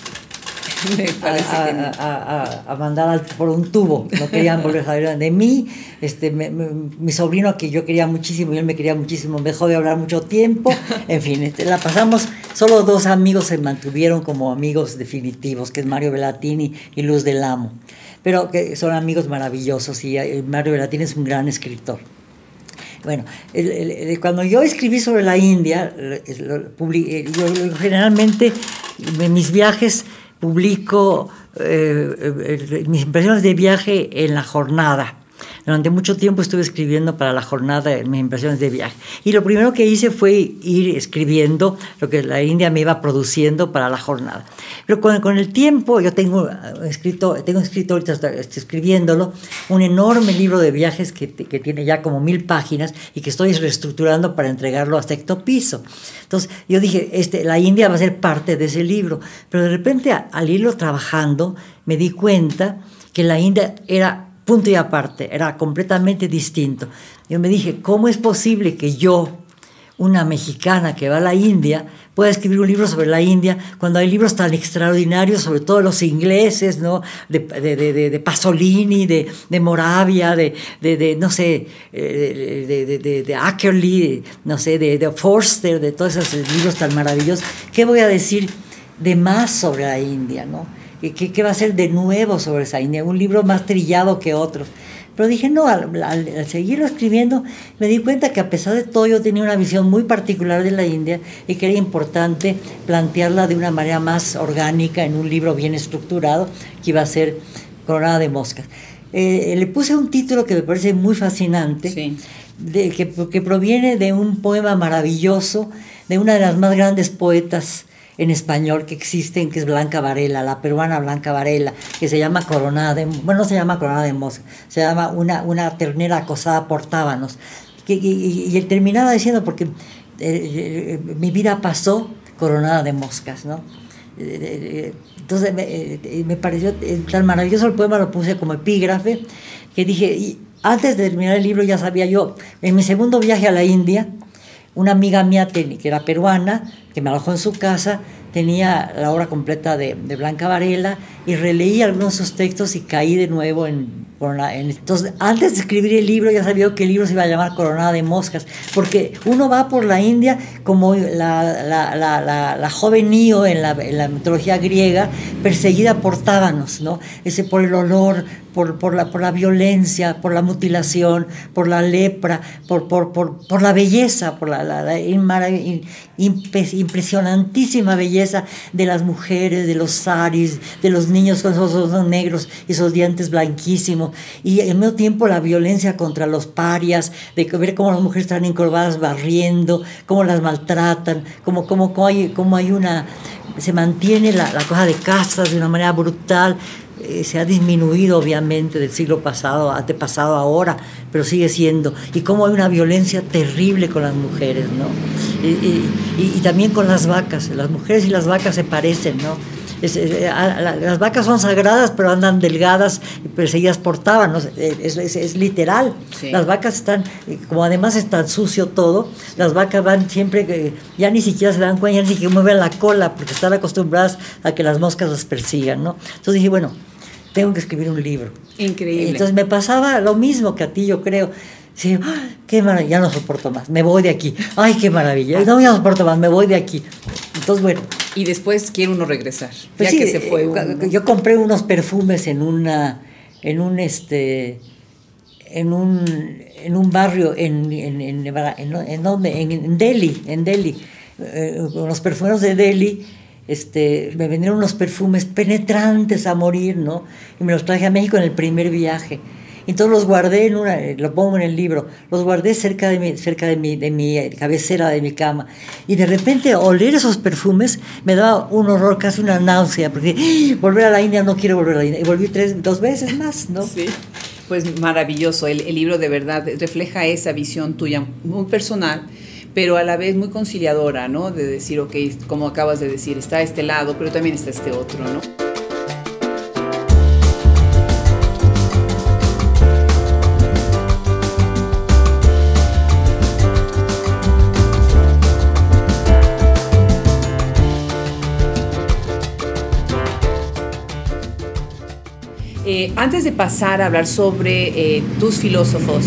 a, a, a, a mandar al, por un tubo. No querían volver a saber de mí. Este, me, me, mi sobrino, que yo quería muchísimo y él me quería muchísimo, me dejó de hablar mucho tiempo. En fin, este, la pasamos. Solo dos amigos se mantuvieron como amigos definitivos, que es Mario Belatini y Luz del Amo. Pero que son amigos maravillosos, y Mario Belatini es un gran escritor. Bueno, el, el, el, cuando yo escribí sobre la India, lo, publiqué, yo generalmente en mis viajes publico eh, mis impresiones de viaje en La Jornada. Durante mucho tiempo estuve escribiendo para La Jornada mis impresiones de viaje. Y lo primero que hice fue ir escribiendo lo que la India me iba produciendo para La Jornada. Pero con, con el tiempo, yo tengo escrito, tengo escrito ahorita, estoy escribiéndolo, un enorme libro de viajes que, que tiene ya como mil páginas y que estoy reestructurando para entregarlo a Sexto Piso. Entonces, yo dije, este, la India va a ser parte de ese libro. Pero de repente, al irlo trabajando, me di cuenta que la India era punto y aparte, era completamente distinto. Yo me dije, ¿cómo es posible que yo, una mexicana que va a la India, pueda escribir un libro sobre la India cuando hay libros tan extraordinarios, sobre todo los ingleses, ¿no?, de, de, de, de Pasolini, de, de Moravia, de, de, de no sé, de, de, de, de Ackerley, no sé, de, de Forster, de todos esos libros tan maravillosos? ¿Qué voy a decir de más sobre la India, no? ¿Qué, ¿Qué va a ser de nuevo sobre esa India? Un libro más trillado que otros. Pero dije, no, al, al, al seguirlo escribiendo, me di cuenta que a pesar de todo yo tenía una visión muy particular de la India y que era importante plantearla de una manera más orgánica en un libro bien estructurado, que iba a ser Coronada de Moscas. Eh, le puse un título que me parece muy fascinante, sí. de, que, que proviene de un poema maravilloso de una de las más grandes poetas en español que existen, que es Blanca Varela, la peruana Blanca Varela, que se llama Coronada de, bueno, no se llama Coronada de Moscas, se llama una, una ternera acosada por tábanos. Que, y, y él terminaba diciendo, porque eh, eh, mi vida pasó coronada de moscas, ¿no? Eh, entonces me, eh, me pareció tan maravilloso el poema, lo puse como epígrafe, que dije, y antes de terminar el libro ya sabía yo, en mi segundo viaje a la India, una amiga mía que era peruana, que me alojó en su casa, tenía la obra completa de, de Blanca Varela, y releí algunos de sus textos y caí de nuevo en, en... Entonces, antes de escribir el libro, ya sabía que el libro se iba a llamar Coronada de Moscas, porque uno va por la India como la, la, la, la, la joven Ío en la, en la mitología griega, perseguida por tábanos, ¿no? Ese por el olor, por, por, la, por la violencia, por la mutilación, por la lepra, por, por, por, por la belleza, por la, la, la impresionantísima belleza de las mujeres, de los saris, de los niños con esos ojos negros y esos dientes blanquísimos, mismos, y al mismo tiempo la violencia contra los parias, de ver cómo las mujeres están encorvadas barriendo, cómo las maltratan, cómo, cómo, cómo, hay, cómo hay una... se mantiene la, la cosa de castas de una manera brutal. Eh, se ha disminuido obviamente del siglo pasado, antepasado ahora, pero sigue siendo, y cómo hay una violencia terrible con las mujeres, ¿no? Y, y, y también con las vacas, las mujeres y las vacas se parecen, ¿no? Es, es, a, la, las vacas son sagradas, pero andan delgadas y perseguidas por taban, ¿no? es, es, es literal. Sí. Las vacas están, como además es tan sucio todo, sí. Las vacas van siempre, eh, ya ni siquiera se dan cuenta, ya ni siquiera mueven la cola, porque están acostumbradas a que las moscas las persigan, ¿no? Entonces dije, bueno, tengo que escribir un libro. Increíble. Entonces me pasaba lo mismo que a ti, yo creo. Sí, qué maravilla, ya no soporto más, me voy de aquí. Ay, qué maravilla, no, ya no soporto más, me voy de aquí. Entonces, bueno. Y después quiere uno regresar, pues ya sí, que se fue uno. Yo compré unos perfumes en una, en un este, en un, en un barrio en, en, en, en, en, donde, en, en Delhi, en Delhi, eh, los perfumeros de Delhi. Este, me vendieron unos perfumes penetrantes a morir, ¿no? Y me los traje a México en el primer viaje. Entonces los guardé en una, lo pongo en el libro, los guardé cerca de mi, cerca de mi, de mi cabecera de mi cama. Y de repente oler esos perfumes me daba un horror, casi una náusea, porque ¡ah! Volver a la India, no quiero volver a la India. Y volví tres, dos veces más, ¿no? Sí. Pues maravilloso, el, el libro de verdad refleja esa visión tuya muy personal, pero a la vez muy conciliadora, ¿no? De decir, ok, como acabas de decir, está este lado, pero también está este otro, ¿no? Eh, antes de pasar a hablar sobre eh, tus filósofos,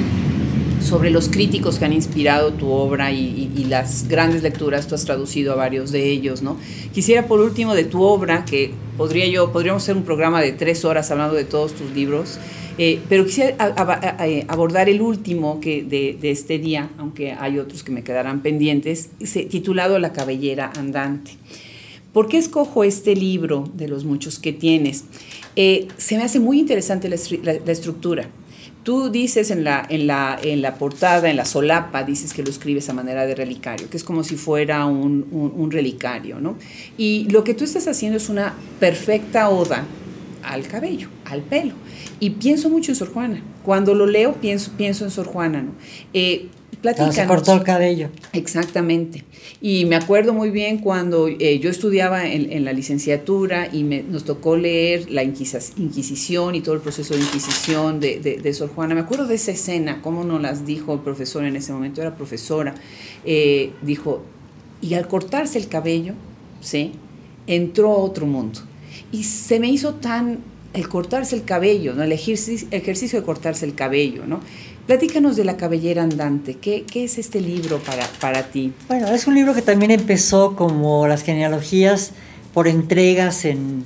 sobre los críticos que han inspirado tu obra y, y, y las grandes lecturas, tú has traducido a varios de ellos, ¿no? Quisiera por último de tu obra, que podría yo, podríamos hacer un programa de tres horas hablando de todos tus libros, eh, pero quisiera a, a, a, abordar el último que de, de este día, aunque hay otros que me quedarán pendientes, titulado La cabellera andante. ¿Por qué escojo este libro de los muchos que tienes? Eh, se me hace muy interesante la, la, la estructura. Tú dices en la, en, la, en la portada, en la solapa, dices que lo escribes a manera de relicario, que es como si fuera un, un, un relicario, ¿no? Y lo que tú estás haciendo es una perfecta oda al cabello, al pelo. Y pienso mucho en Sor Juana. Cuando lo leo, pienso, pienso en Sor Juana, ¿no? Eh, Platícanos. Se cortó el cabello. Exactamente. Y me acuerdo muy bien cuando eh, yo estudiaba en, en la licenciatura y me, nos tocó leer la Inquisición y todo el proceso de Inquisición de, de, de Sor Juana. Me acuerdo de esa escena, cómo nos las dijo el profesor en ese momento, era profesora. Eh, dijo, y al cortarse el cabello, ¿sí?, entró a otro mundo. Y se me hizo tan, el cortarse el cabello, ¿no?, el ejercicio, ejercicio de cortarse el cabello, ¿no? Platícanos de La cabellera andante. ¿Qué, qué es este libro para, para ti? Bueno, es un libro que también empezó como las genealogías por entregas en,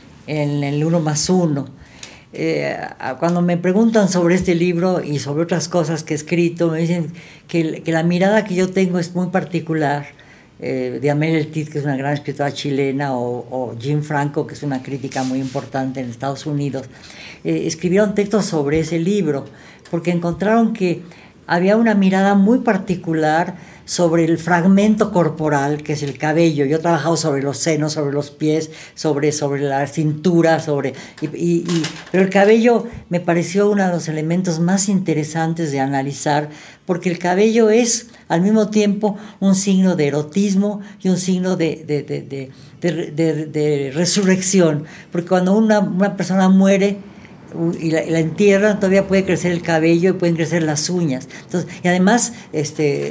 en el uno más uno. Eh, cuando me preguntan sobre este libro y sobre otras cosas que he escrito, me dicen que, que la mirada que yo tengo es muy particular. Eh, de Amélie Tit, que es una gran escritora chilena, o, o Jim Franco, que es una crítica muy importante en Estados Unidos, eh, escribieron textos sobre ese libro, porque encontraron que había una mirada muy particular sobre el fragmento corporal, que es el cabello. Yo he trabajado sobre los senos, sobre los pies, sobre, sobre la cintura, sobre, y, y, y, pero el cabello me pareció uno de los elementos más interesantes de analizar, porque el cabello es al mismo tiempo un signo de erotismo y un signo de, de, de, de, de, de, de resurrección, porque cuando una, una persona muere y la, y la entierran, todavía puede crecer el cabello y pueden crecer las uñas. Entonces, y además este,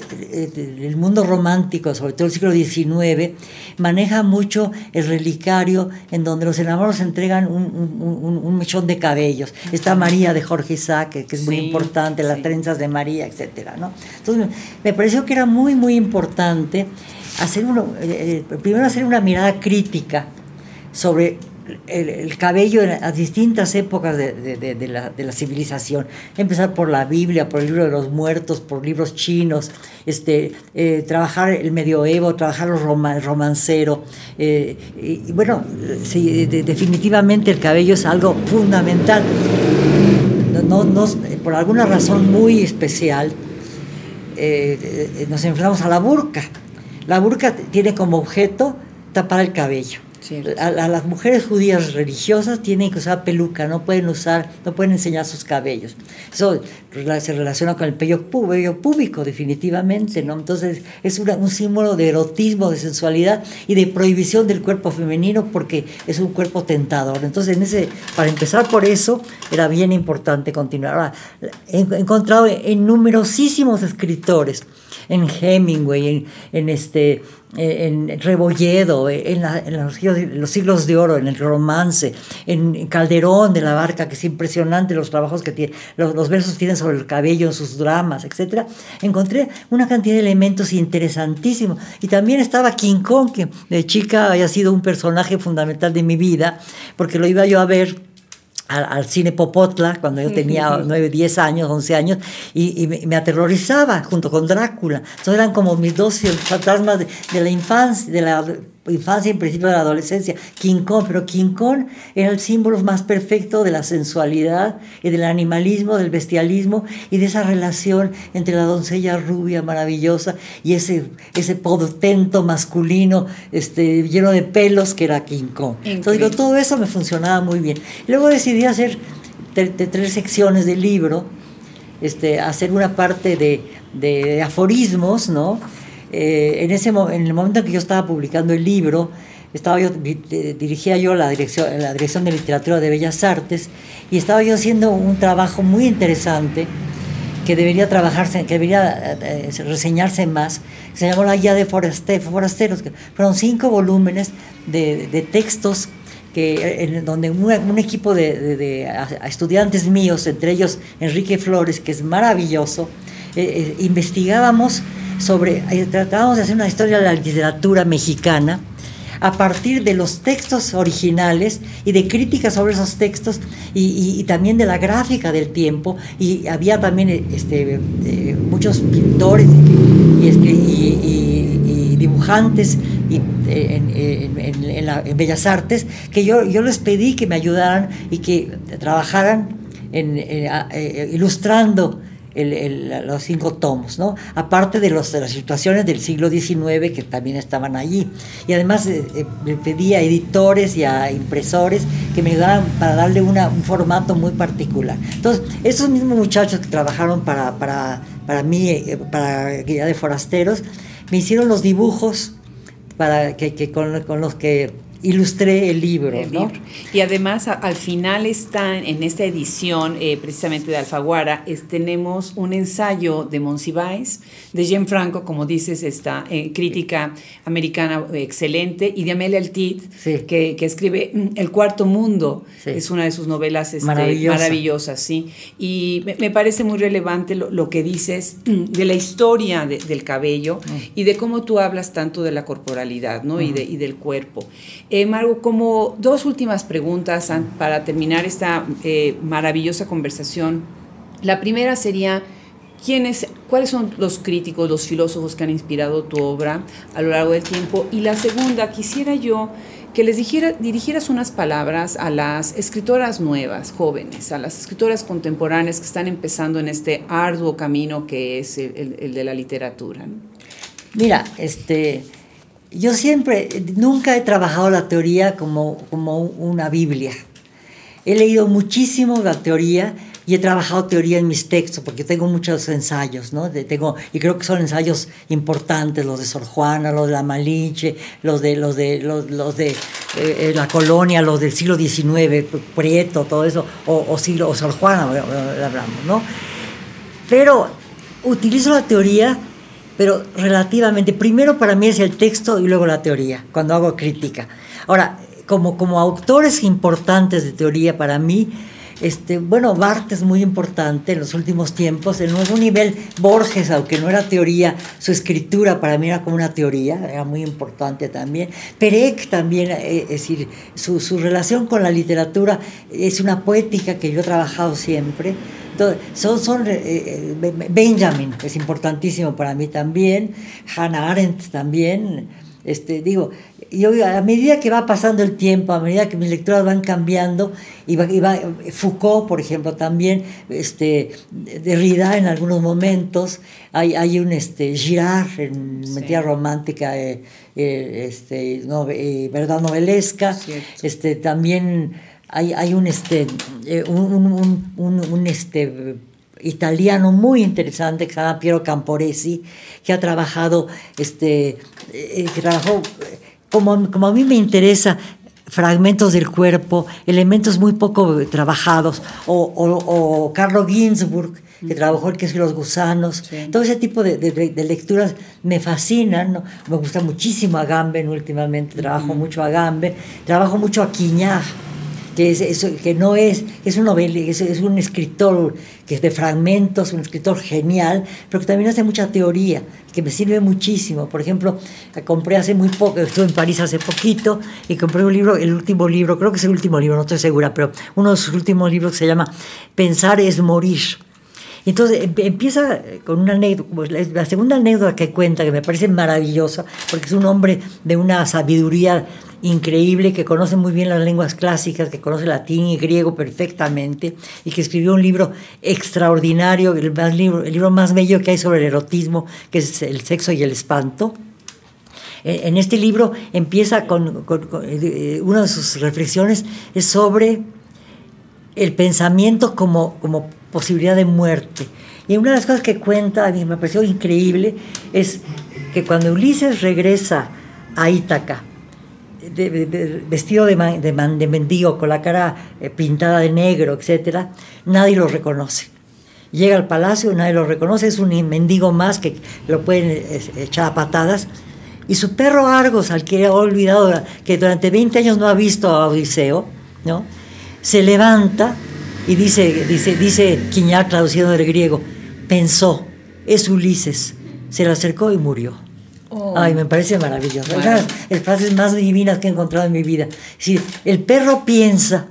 el mundo romántico, sobre todo el siglo diecinueve, maneja mucho el relicario, en donde los enamorados entregan un, un, un, un mechón de cabellos. Está María de Jorge Isaac, que, que es muy sí, importante, las sí. trenzas de María, etcétera, ¿no? Entonces me pareció que era muy muy importante hacer uno, eh, primero hacer una mirada crítica sobre el, el cabello en, a distintas épocas de, de, de, de, la, de la civilización. Empezar por la Biblia, por el libro de los muertos, por libros chinos, este, eh, trabajar el medioevo, trabajar los roman, el romancero. Eh, y, y bueno, sí, de, definitivamente el cabello es algo fundamental. No, no, por alguna razón muy especial, eh, eh, nos enfrentamos a la burka. La burka tiene como objeto tapar el cabello. A, a las mujeres judías religiosas tienen que usar peluca, no pueden usar, no pueden enseñar sus cabellos. Eso se relaciona con el vello púbico, definitivamente, ¿no? Entonces es una, un símbolo de erotismo, de sensualidad y de prohibición del cuerpo femenino porque es un cuerpo tentador. Entonces, en ese, para empezar por eso, era bien importante continuar. Ahora, he encontrado en numerosísimos escritores, en Hemingway, en, en este... en Rebolledo, en, la, en los, los siglos de oro, en el romance, en Calderón de la Barca, que es impresionante los trabajos que tiene, los, los versos tienen sobre el cabello en sus dramas, etcétera. Encontré una cantidad de elementos interesantísimos. Y también estaba King Kong, que de chica había sido un personaje fundamental de mi vida, porque lo iba yo a ver Al, al cine Popotla cuando yo tenía nueve, diez años, once años, y, y me, me aterrorizaba junto con Drácula. Entonces eran como mis dos fantasmas de, de la infancia, de la infancia y en principio de la adolescencia. King Kong, pero King Kong era el símbolo más perfecto de la sensualidad y del animalismo, del bestialismo y de esa relación entre la doncella rubia maravillosa y ese, ese potento masculino este, lleno de pelos que era King Kong. Increíble. Entonces digo, todo eso me funcionaba muy bien. Luego decidí hacer de, de tres secciones del libro, este, hacer una parte de, de aforismos, ¿no? Eh, en, ese, en el momento en que yo estaba publicando el libro, estaba yo, dirigía yo la dirección, la dirección de literatura de Bellas Artes y estaba yo haciendo un trabajo muy interesante que debería trabajarse, que debería eh, reseñarse más, que se llamó La Guía de Forasteros, que fueron cinco volúmenes de, de textos que, en donde un, un equipo de, de, de estudiantes míos, entre ellos Enrique Flores, que es maravilloso, eh, eh, investigábamos sobre, eh, tratábamos de hacer una historia de la literatura mexicana a partir de los textos originales y de críticas sobre esos textos y, y, y también de la gráfica del tiempo, y había también este, eh, muchos pintores y, y, y, y, y dibujantes y, en, en, en, en, la, en Bellas Artes que yo, yo les pedí que me ayudaran y que trabajaran en, en, en, ilustrando El, el, los cinco tomos, ¿no? Aparte de, los, de las situaciones del siglo diecinueve que también estaban allí. Y además eh, eh, le pedí a editores y a impresores que me ayudaran para darle una, un formato muy particular. Entonces, esos mismos muchachos que trabajaron para, para, para mí, eh, para Guía de Forasteros, me hicieron los dibujos para que, que con, con los que ilustré el libro, el ¿no? libro. Y además a, al final está en esta edición eh, precisamente de Alfaguara es, tenemos un ensayo de Monsiváis, de Jean Franco, como dices, esta eh, crítica americana excelente, y de Amelia Altit, sí. que, que escribe El Cuarto Mundo, sí. es una de sus novelas este, Maravillosa. maravillosas, sí. Y me, me parece muy relevante lo, lo que dices de la historia de, del cabello mm. y de cómo tú hablas tanto de la corporalidad, ¿no? Mm. y, de, y del cuerpo. Eh, Margo, como dos últimas preguntas para terminar esta eh, maravillosa conversación. La primera sería, ¿quiénes, ¿cuáles son los críticos, los filósofos que han inspirado tu obra a lo largo del tiempo? Y la segunda, quisiera yo que les dijera, dirigieras unas palabras a las escritoras nuevas, jóvenes, a las escritoras contemporáneas que están empezando en este arduo camino que es el, el, el de la literatura, ¿no? Mira, este... yo siempre, nunca he trabajado la teoría como, como una Biblia. He leído muchísimo la teoría y he trabajado teoría en mis textos, porque tengo muchos ensayos, ¿no? De, tengo, y creo que son ensayos importantes, los de Sor Juana, los de la Malinche, los de, los de, los, los de eh, la Colonia, los del siglo diecinueve, Prieto, todo eso, o, o, siglo, o Sor Juana, hablamos, ¿no? Pero utilizo la teoría, pero relativamente, primero para mí es el texto y luego la teoría, cuando hago crítica. Ahora, como, como autores importantes de teoría para mí, Este, bueno, Barthes es muy importante en los últimos tiempos, en un nivel Borges, aunque no era teoría, su escritura para mí era como una teoría, era muy importante también. Perec también, es decir, su, su relación con la literatura es una poética que yo he trabajado siempre. Entonces, son, son eh, Benjamin es importantísimo para mí también, Hannah Arendt también. Este, digo, yo a medida que va pasando el tiempo, a medida que mis lecturas van cambiando, y va, y va, Foucault, por ejemplo, también, este, Derrida en algunos momentos, hay, hay un este, Girard en sí. Mentira romántica, eh, eh, este, no, eh, verdad novelesca, este, también hay, hay un, este, eh, un, un, un, un este, italiano muy interesante que se llama Piero Camporesi, que ha trabajado, este, eh, que trabajó, como, como a mí me interesa, fragmentos del cuerpo, elementos muy poco trabajados, o, o, o Carlo Ginzburg, que trabajó el queso y los gusanos. Sí. Todo ese tipo de, de, de lecturas me fascinan, ¿no? Me gusta muchísimo Agamben últimamente, trabajo uh-huh. mucho Agamben, trabajo mucho a Quignard, que, es, es, que no es, es un novel, es, es un escritor que es de fragmentos, un escritor genial, pero que también hace mucha teoría, que me sirve muchísimo. Por ejemplo, compré hace muy poco, estuve en París hace poquito, y compré un libro, el último libro, creo que es el último libro, no estoy segura, pero uno de sus últimos libros que se llama Pensar es morir. Entonces empieza con una anécdota, la segunda anécdota que cuenta, que me parece maravillosa, porque es un hombre de una sabiduría increíble, que conoce muy bien las lenguas clásicas, que conoce latín y griego perfectamente, y que escribió un libro extraordinario, el, más libro, el libro más bello que hay sobre el erotismo, que es El sexo y el espanto. En este libro empieza con, con, con una de sus reflexiones es sobre el pensamiento como, como posibilidad de muerte. Y una de las cosas que cuenta, a mí me pareció increíble, es que cuando Ulises regresa a Ítaca, de, de, de, vestido de, man, de, man, de mendigo, con la cara eh, pintada de negro, etcétera, nadie lo reconoce. Llega al palacio, nadie lo reconoce, es un mendigo más que lo pueden eh, echar a patadas. Y su perro Argos, al que ha olvidado, que durante veinte años no ha visto a Odiseo, ¿no?, se levanta y dice, dice, dice Quignard, traducido del griego, pensó, es Ulises, se le acercó y murió. Oh. Ay, me parece maravilloso. Bueno. Una de las frases más divinas que he encontrado en mi vida. Es decir, el perro piensa,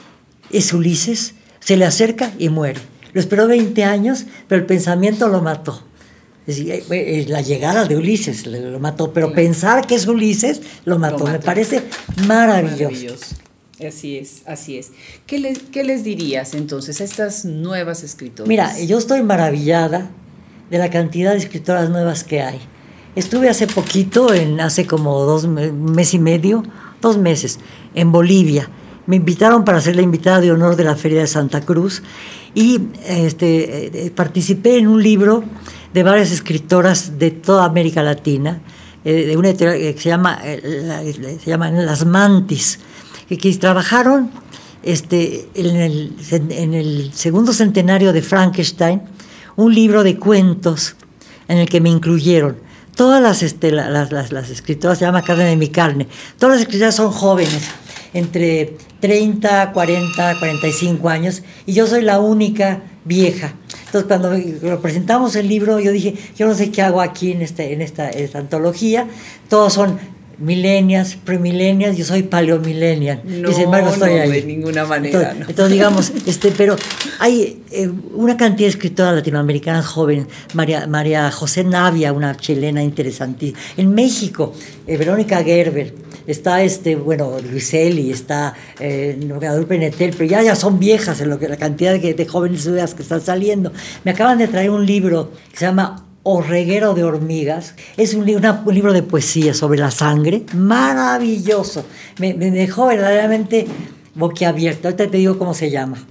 es Ulises, se le acerca y muere. Lo esperó veinte años, pero el pensamiento lo mató. Es decir, la llegada de Ulises lo mató, pero sí. Pensar que es Ulises lo mató. Lo mató. Me parece maravilloso. maravilloso. Así es, así es. ¿Qué les, qué les dirías entonces a estas nuevas escritoras? Mira, yo estoy maravillada de la cantidad de escritoras nuevas que hay. Estuve hace poquito, en, hace como dos mes y medio, dos meses, en Bolivia. Me invitaron para ser la invitada de honor de la Feria de Santa Cruz y este, eh, participé en un libro de varias escritoras de toda América Latina, eh, de una editorial que se llama, eh, la, se llaman Las Mantis, que, que trabajaron este, en, el, en el segundo centenario de Frankenstein, un libro de cuentos en el que me incluyeron. Todas las, este, las, las, las escritoras, se llama Carne de mi carne, todas las escritoras son jóvenes, entre treinta, cuarenta, cuarenta y cinco años, y yo soy la única vieja. Entonces, cuando presentamos el libro, yo dije, yo no sé qué hago aquí en, este, en, esta, en esta antología. Todos son millennials, premillennials, yo soy paleomillennial. No, y sin embargo estoy no, ahí. de ninguna manera. Entonces, no. entonces digamos, este, pero hay eh, una cantidad de escritoras latinoamericanas jóvenes. María, María José Navia, una chilena interesantísima. En México, eh, Verónica Gerber. Está, este, bueno, Luiselli, está eh, Guadalupe Nettel, pero ya, ya son viejas en lo que la cantidad de, de jóvenes que están saliendo. Me acaban de traer un libro que se llama O Reguero de Hormigas. Es un, una, un libro de poesía sobre la sangre, maravilloso. Me, me dejó verdaderamente boquiabierta. Ahorita te digo cómo se llama.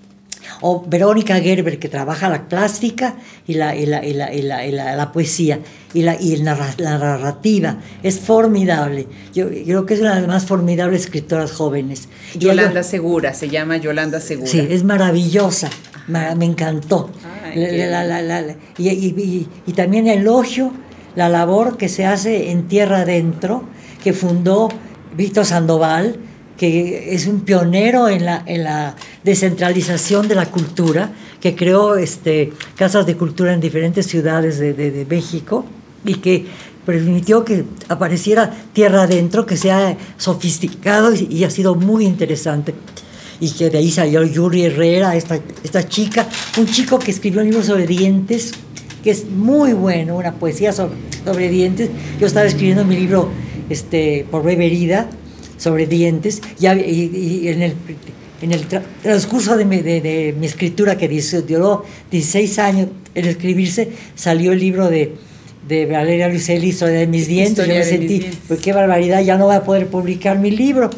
O Verónica Gerber, que trabaja la plástica y la, y la, y la, y la, y la, la poesía y, la, y la, la narrativa. Es formidable. Yo, yo creo que es una de las más formidables escritoras jóvenes. Yolanda Segura, se llama Yolanda Segura. Sí, es maravillosa. Me, me encantó. Ay, la, la, la, la, y, y, y, y también elogio la labor que se hace en Tierra Adentro, que fundó Víctor Sandoval, que es un pionero en la, en la descentralización de la cultura, que creó este, casas de cultura en diferentes ciudades de, de, de México y que permitió que apareciera tierra adentro, que sea sofisticado y, y ha sido muy interesante. Y que de ahí salió Yuri Herrera, esta, esta chica, un chico que escribió un libro sobre dientes, que es muy bueno, una poesía sobre, sobre dientes. Yo estaba escribiendo mi libro este, por Beberida, sobre dientes, y, y, y en el, en el transcurso de mi, de, de mi escritura, que duró dieciséis años en escribirse, salió el libro de, de Valeria Luiselli, Historia de mis dientes. Yo me sentí, pues qué barbaridad, ya no voy a poder publicar mi libro.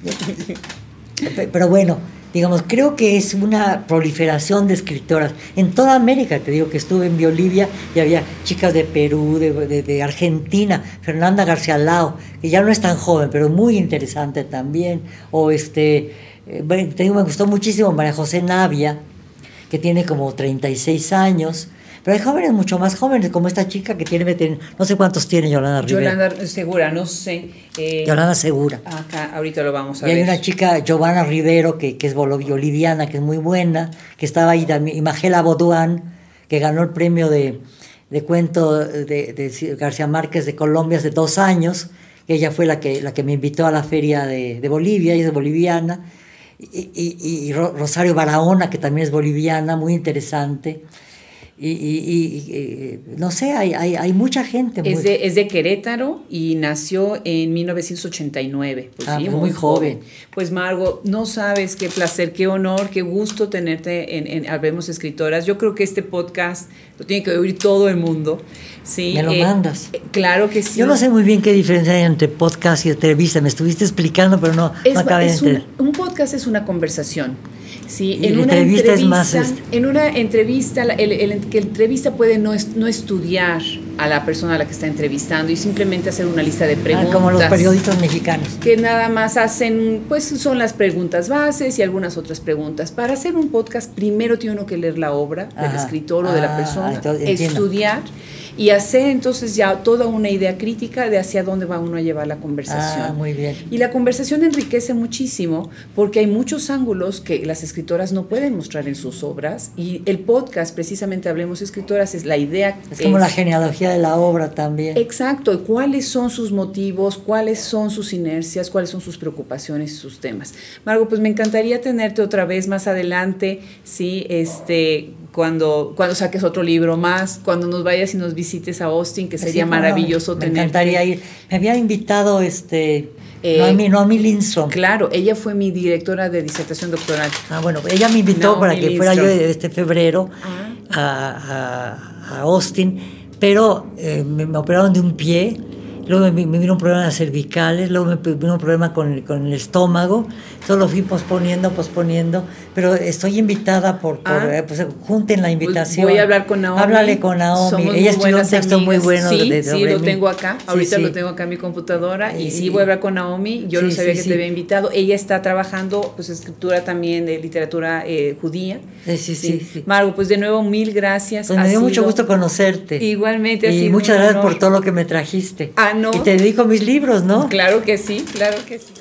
Pero bueno, digamos, creo que es una proliferación de escritoras. En toda América, te digo que estuve en Bolivia y había chicas de Perú, de, de, de Argentina, Fernanda García Lao, que ya no es tan joven, pero muy interesante también. O este, eh, te digo, me gustó muchísimo María José Navia, que tiene como treinta y seis años. Pero hay jóvenes mucho más jóvenes, como esta chica que tiene, no sé cuántos tiene Yolanda Rivera. Yolanda Segura, no sé. Eh, Yolanda Segura. Acá, ahorita lo vamos a y ver. Y hay una chica, Giovanna Rivero, que, que es boliviana, que es muy buena, que estaba ahí también, y Magela Boduán, que ganó el premio de, de cuento de, de García Márquez de Colombia hace dos años. Ella fue la que, la que me invitó a la feria de, de Bolivia, ella es boliviana. Y, y, y Rosario Barahona, que también es boliviana, muy interesante. Y, y, y, y no sé, hay, hay, hay mucha gente. Muy... Es, de, es de Querétaro y nació en mil novecientos ochenta y nueve. Pues ah, sí, muy, muy joven. joven. Pues Margo, no sabes qué placer, qué honor, qué gusto tenerte en, en Hablemos Escritoras. Yo creo que este podcast lo tiene que oír todo el mundo. Sí, me lo eh, mandas. Eh, claro que sí. Yo no sé muy bien qué diferencia hay entre podcast y entrevista. Me estuviste explicando, pero no, es, no acabé de entender. Un, un podcast es una conversación. Sí, y en la una entrevista, entrevista, es más este... en una entrevista, el, el, el que el entrevista puede no, no estudiar a la persona a la que está entrevistando y simplemente hacer una lista de preguntas. Ah, como los periodistas mexicanos. Que nada más hacen, pues son las preguntas bases y algunas otras preguntas. Para hacer un podcast, primero tiene uno que leer la obra del Ajá. escritor o ah, de la persona, entonces, estudiar y hacer entonces ya toda una idea crítica de hacia dónde va uno a llevar la conversación. Ah, muy bien. Y la conversación enriquece muchísimo porque hay muchos ángulos que las escritoras no pueden mostrar en sus obras y el podcast, precisamente Hablemos Escritoras, es la idea. Es como es, la genealogía de la obra también. Exacto, cuáles son sus motivos, cuáles son sus inercias, cuáles son sus preocupaciones y sus temas. Margo, pues me encantaría tenerte otra vez más adelante, sí, este... Cuando, cuando saques otro libro más, cuando nos vayas y nos visites a Austin, que sería sí, maravilloso me tenerte. Me encantaría ir. Me había invitado este, eh, Naomi, Naomi Lindstrom. Claro, ella fue mi directora de disertación doctoral. Ah, bueno, ella me invitó Naomi para que Lindstrom. fuera yo este febrero ah. a, a, a Austin, pero eh, me, me operaron de un pie. Luego me, me vino un problema de las cervicales, luego me vino un problema con, con el estómago. Solo fui posponiendo, posponiendo, pero estoy invitada por, por ah, eh, pues junten la invitación. Voy a hablar con Naomi. Háblale con Naomi. Somos Ella escribió un texto amigas. muy bueno. Sí, de, de sí, lo mí. tengo acá. Ahorita sí, sí. lo tengo acá en mi computadora y, y sí y, voy a hablar con Naomi. Yo sí, no sabía sí, que sí. te había invitado. Ella está trabajando, pues, escritura también de literatura eh, judía. Sí, sí, sí, sí, sí. Margo, pues de nuevo mil gracias. Pues me dio sido... mucho gusto conocerte. Igualmente. Y ha muchas sido gracias por todo lo que me trajiste. Ah, no. Y te dedico mis libros, ¿no? Claro que sí, claro que sí.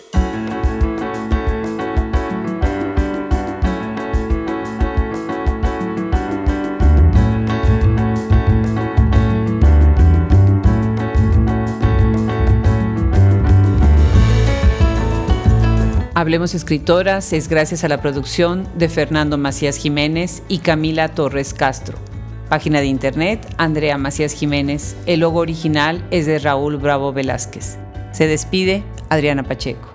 Hablemos Escritoras es gracias a la producción de Fernando Macías Jiménez y Camila Torres Castro. Página de internet, Andrea Macías Jiménez. El logo original es de Raúl Bravo Velázquez. Se despide Adriana Pacheco.